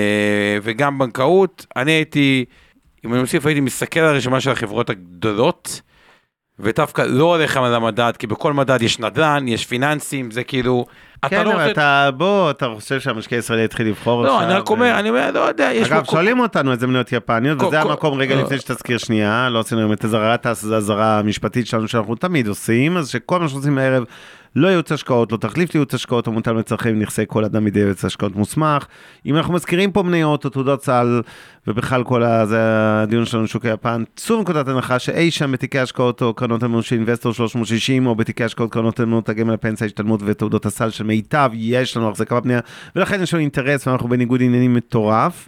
וגם בנקאות, אני הייתי, אם אני מוסיף, הייתי מסתכל על הרשימה של החברות הגדולות, ודווקא לא הולך על המדד, כי בכל מדד יש נדל"ן, יש פיננסים, זה כאילו... כן, אבל אתה חושב שהמשקיע הישראלי התחיל לבחור? לא, אני רק אומר, לא יודע, יש... אגב, שואלים אותנו איזה מניות יפניות, וזה המקום רגע לפני שתזכיר שנייה, לא עשינו את הזרה המשפטית שלנו, שאנחנו תמיד עושים, אז שכל מה שעושים הערב, לא ייעוץ השקעות, לא תחליף לייעוץ השקעות, או מוטל מצרכים, נכסי כל אדם מדי ייעוץ השקעות מוסמך. אם אנחנו מזכירים פה מניות או תעודות סל, ובכלל כל הדיון שלנו שוק היפן, צאו נקודת הנחה שאי שם בתיקי השקעות או קרנות הנאמנות של אינבסטור 360, או בתיקי השקעות קרנות הנאמנות הגמל הפנסיה, השתלמות ותעודות הסל של מיטב, יש לנו החזקה בפנייה, ולכן יש לנו אינטרס, ואנחנו בניגוד עניינים מטורף.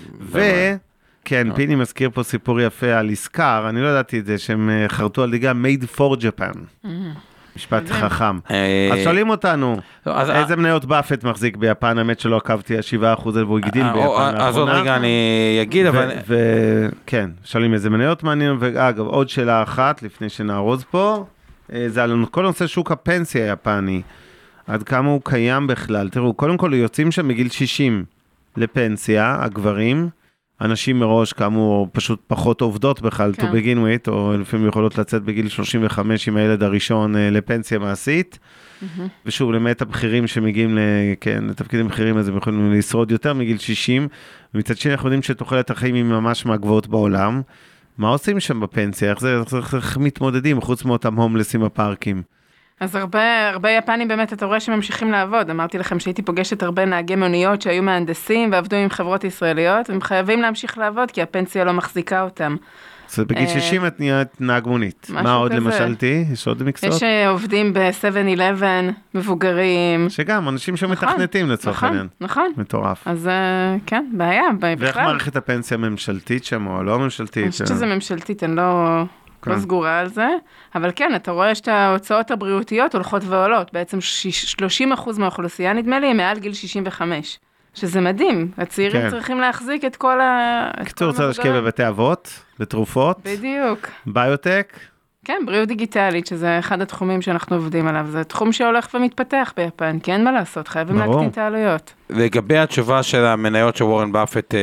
כן, פיני מזכיר פה סיפור יפה על עסקר, אני לא ידעתי את זה, שהם חרטו על דיגה Made for Japan. משפט חכם. אז שואלים אותנו, איזה מניות באפט מחזיק ביפן? האמת שלא עקבתי, 7% והוא הגדיל ביפן לאחרונה. אז עוד רגע אני אגיד, אבל... כן, שואלים איזה מניות מעניין, ואגב, עוד שאלה אחת, לפני שנערוז פה, זה על כל נושא שוק הפנסיה היפני, עד כמה הוא קיים בכלל. תראו, קודם כל יוצאים שם בגיל 60 לפנסיה, הגברים, אנשים מראש כאמור פשוט פחות עובדות בכלל, to begin with, או לפעמים יכולות לצאת בגיל 35 עם הילד הראשון לפנסיה מעשית, ושוב, למעט הבכירים שמגיעים לתפקידים בכירים, אז הם יכולים לשרוד יותר מגיל 60, ומצד שני אנחנו יודעים שתוחלת החיים היא ממש מהגבוהות בעולם. מה עושים שם בפנסיה? איך מתמודדים, חוץ מאותם הומלסים בפארקים? אז הרבה יפנים באמת, אתה רואה שממשיכים לעבוד. אמרתי לכם שהייתי פוגשת הרבה נהגי מוניות שהיו מהנדסים ועבדו עם חברות ישראליות, והם חייבים להמשיך לעבוד כי הפנסיה לא מחזיקה אותם. אז בגיל 60 את נהיית נהג מונית. מה עוד למשל תהי? יש עוד מקצועות? יש עובדים ב-7-11, מבוגרים. שגם, אנשים שמתכנתים לצורך העניין. נכון. מטורף. אז כן, בעיה. ואיך מערכת הפנסיה ממשלתית שם או לא ממשלתית? אני חושבת שזה ממשלתית, אני לא סגורה על זה, אבל כן, אתה רואה שההוצאות הבריאותיות הולכות ועולות, בעצם 30% מהאוכלוסייה נדמה לי, הם מעל גיל 65, שזה מדהים, הצעירים צריכים להחזיק את כל קצור צריך להשקיע בבתי אבות, בתרופות, בדיוק. ביוטק. כן, בריאות דיגיטלית, שזה אחד התחומים שאנחנו עובדים עליו, זה תחום שהולך ומתפתח ביפן, כי אין מה לעשות, חייבים להקטין את העלויות. לגבי התשובה של המניות שוורן באפט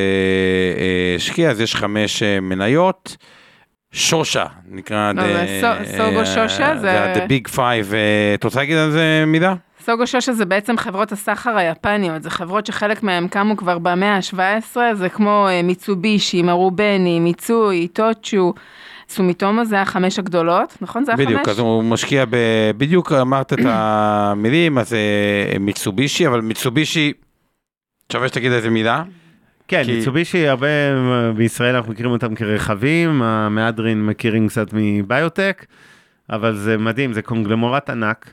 השקיע, אז יש 5 מניות, שושה, נקרא... סוגו שושה זה... The Big Five, אתה רוצה להגיד על זה מידה? סוגו שושה זה בעצם חברות הסחר היפניות, זה חברות שחלק מהם קמו כבר במאה ה-17, זה כמו מיצובישי, מרובני, מיצוי, טוצ'ו, סומיטומו זה 5 הגדולות, נכון? זה 5? בדיוק, אז הוא משקיע בדיוק אמרת את המילים, אז מיצובישי, אבל מיצובישי, שווה שתגיד איזה מילה? כן, מיצובישי, הרבה בישראל אנחנו מכירים אותם כרכבים, המהדרין מכירים קצת מביוטק, אבל זה מדהים, זה קונגלמורט ענק,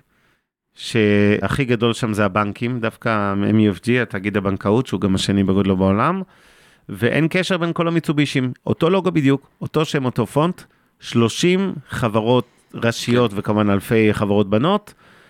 שהכי גדול שם זה הבנקים, דווקא MUFG, התאגיד הבנקאות, שהוא גם השני בגודלו בעולם, ואין קשר בין כל המיצובישים, אותו לוגו בדיוק, אותו שם, אותו פונט, 30 חברות ראשיות וכמובן אלפי חברות בנות,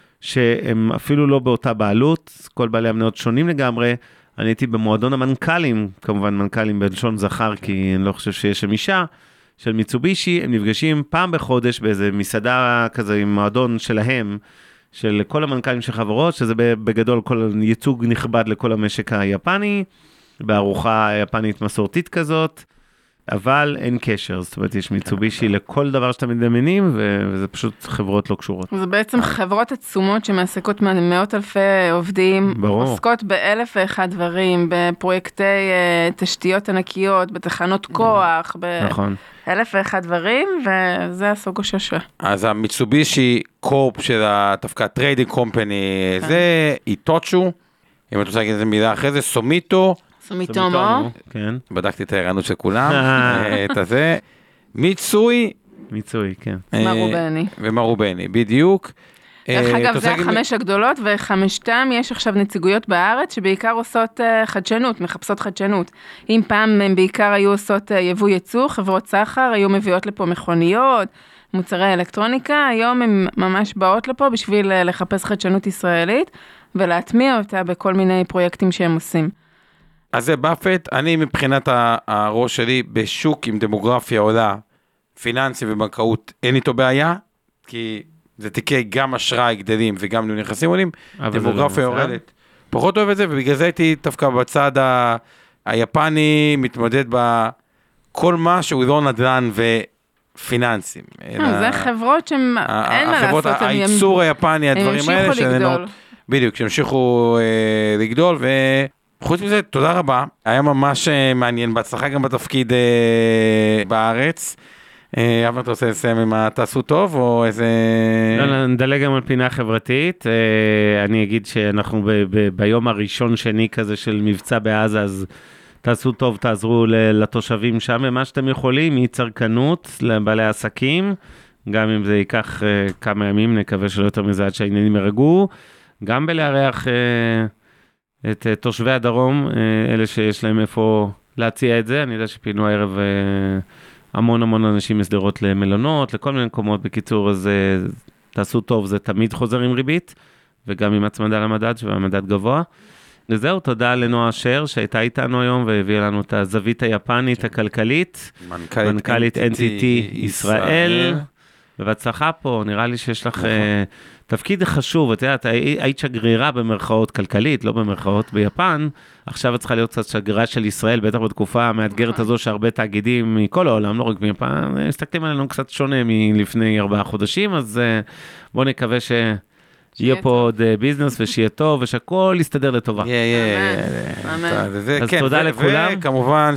שהם אפילו לא באותה בעלות, כל בעלי המניות שונים לגמרי, אני הייתי במועדון המנכ"לים, כמובן מנכ"לים בלשון זכר, כי אני לא חושב שיש שם אישה, של מיצובישי, הם נפגשים פעם בחודש באיזה מסעדה כזה עם מועדון שלהם, של כל המנכ"לים של חברות, שזה בגדול כל ייצוג נכבד לכל המשק היפני, בארוחה יפנית מסורתית כזאת, אבל אין קשר, זאת אומרת, יש מיצובישי לכל דבר שאתם מדמיינים, וזה פשוט חברות לא קשורות. זה בעצם חברות עצומות שמעסקות מאות אלפי עובדים, עוסקות באלף ואחד דברים, בפרויקטי תשתיות ענקיות, בתחנות כוח, באלף ואחד דברים, וזה הסוגו שושה. אז המיצובישי קורפ של התפקד טריידינג קומפני, זה איטוצ'ו, אם את רוצה להגיד איזה מילה אחרי זה, סומיטומו, כן. בדקתי את הערנות של כולם, את הזה, מיצוי, כן. מרובני. ומרובני, בדיוק. דרך אגב, זה 5 הגדולות, וחמשתם יש עכשיו נציגויות בארץ, שבעיקר עושות חדשנות, מחפשות חדשנות. אם פעם הם בעיקר היו עושות יבוא ייצוא, חברות סחר, היו מביאות לפה מכוניות, מוצרי אלקטרוניקה, היום הם ממש באות לפה בשביל לחפש חדשנות ישראלית, ולהטמיע אותה בכל מיני פרויקטים שהם עושים. אז זה באפט, אני מבחינת הראש שלי בשוק עם דמוגרפיה עולה, פיננסי ובנקאות, אין איתו בעיה, כי זה תיקי גם אשראי גדלים וגם נכנסים עולים, דמוגרפיה יורדת. פחות אוהב את זה, ובגלל זה הייתי דווקא בצד היפני, מתמודד בכל מה שהוא לא נדל"ן ופיננסים. זה חברות שאין מה לעשות. הייצור היפני, הדברים האלה, המשיכו לגדול. בדיוק, שהמשיכו לגדול, וחוץ מזה, תודה רבה, היה ממש מעניין, בהצלחה גם בתפקיד בארץ. אבל אתה רוצה לסיים עם תעשו טוב, או איזה... לא, נדלג גם על פינה חברתית, אני אגיד שאנחנו ביום הראשון שני כזה של מבצע בעזה, אז תעשו טוב, תעזרו לתושבים שם, ומה שאתם יכולים, מצרכנות לבעלי העסקים, גם אם זה ייקח כמה ימים, נקווה שלא יותר מזה עד שהעניינים ירגעו, גם בלארח את תושבי הדרום, אלה שיש להם איפה להציע את זה, אני יודע שפינו הערב המון אנשים מסדרות למלונות, לכל מיני מקומות, בקיצור, אז תעשו טוב, זה תמיד חוזר עם ריבית, וגם עם הצמדה למדד, שהמדד גבוה. וזהו, תודה לנועה שר, שהייתה איתנו היום, והביאה לנו את הזווית היפנית הכלכלית, מנכ"לית NTT ישראל, ובהצלחה פה, נראה לי שיש לך תפקיד חשוב, את יודעת, היית שגרירה במרכאות כלכלית, לא במרכאות ביפן, עכשיו את צריכה להיות קצת שגרירה של ישראל, בטח בתקופה המאתגרת הזו, שהרבה תאגידים מכל העולם, לא רק ביפן, מסתכלים עלינו קצת שונה מלפני 4 חודשים, אז בואו נקווה יהיה פה עוד ביזנס ושיהיה טוב, ושהכל יסתדר לטובה. אז תודה לכולם. וכמובן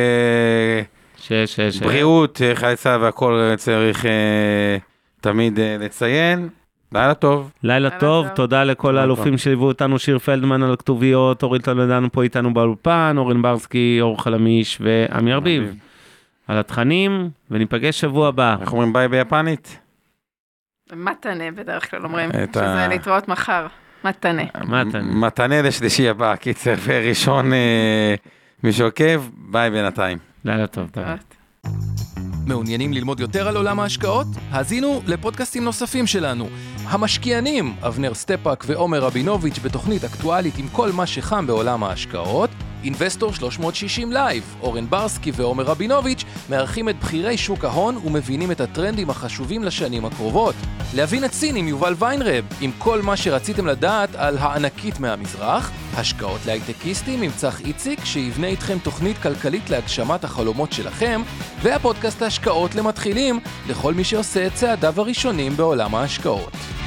בריאות, חיילי צה"ל והכל צריך תמיד לציין. לילה טוב. לילה טוב, תודה לכל האלופים שליוו אותנו, שיר פלדמן על הכתוביות, אורית טולדנו פה איתנו באולפן, אורן ברסקי, אור חלמיש ועמי ארביב. על התכנים, וניפגש שבוע הבא. איך אומרים ביי ביפנית? מתנה בדרך כלל אומרים, שזה להתראות מחר. מתנה. מתנה לשלישי הבא, קיצר וראשון מי שעוקב, ביי בינתיים. לילה טוב. מעוניינים ללמוד יותר על עולם ההשקעות? האזינו לפודקאסטים נוספים שלנו. המשקיענים, אבנר סטפאק ועומר רבינוביץ' בתוכנית אקטואלית עם כל מה שחם בעולם ההשקעות. אינבסטור 360 לייב, אורן ברסקי ועומר רבינוביץ' מארחים את בחירי שוק ההון ומבינים את הטרנדים החשובים לשנים הקרובות. להבין את סין עם יובל ויינרב, עם כל מה שרציתם לדעת על הענקית מהמזרח. השקעות להייטקיסטים עם צח איציק, שיבנה איתכם תוכנית כלכלית להגשמת החלומות שלכם. והפודקאסט ההשקעות למתחילים, לכל מי שעושה את צעדיו הראשונים בעולם ההשקעות.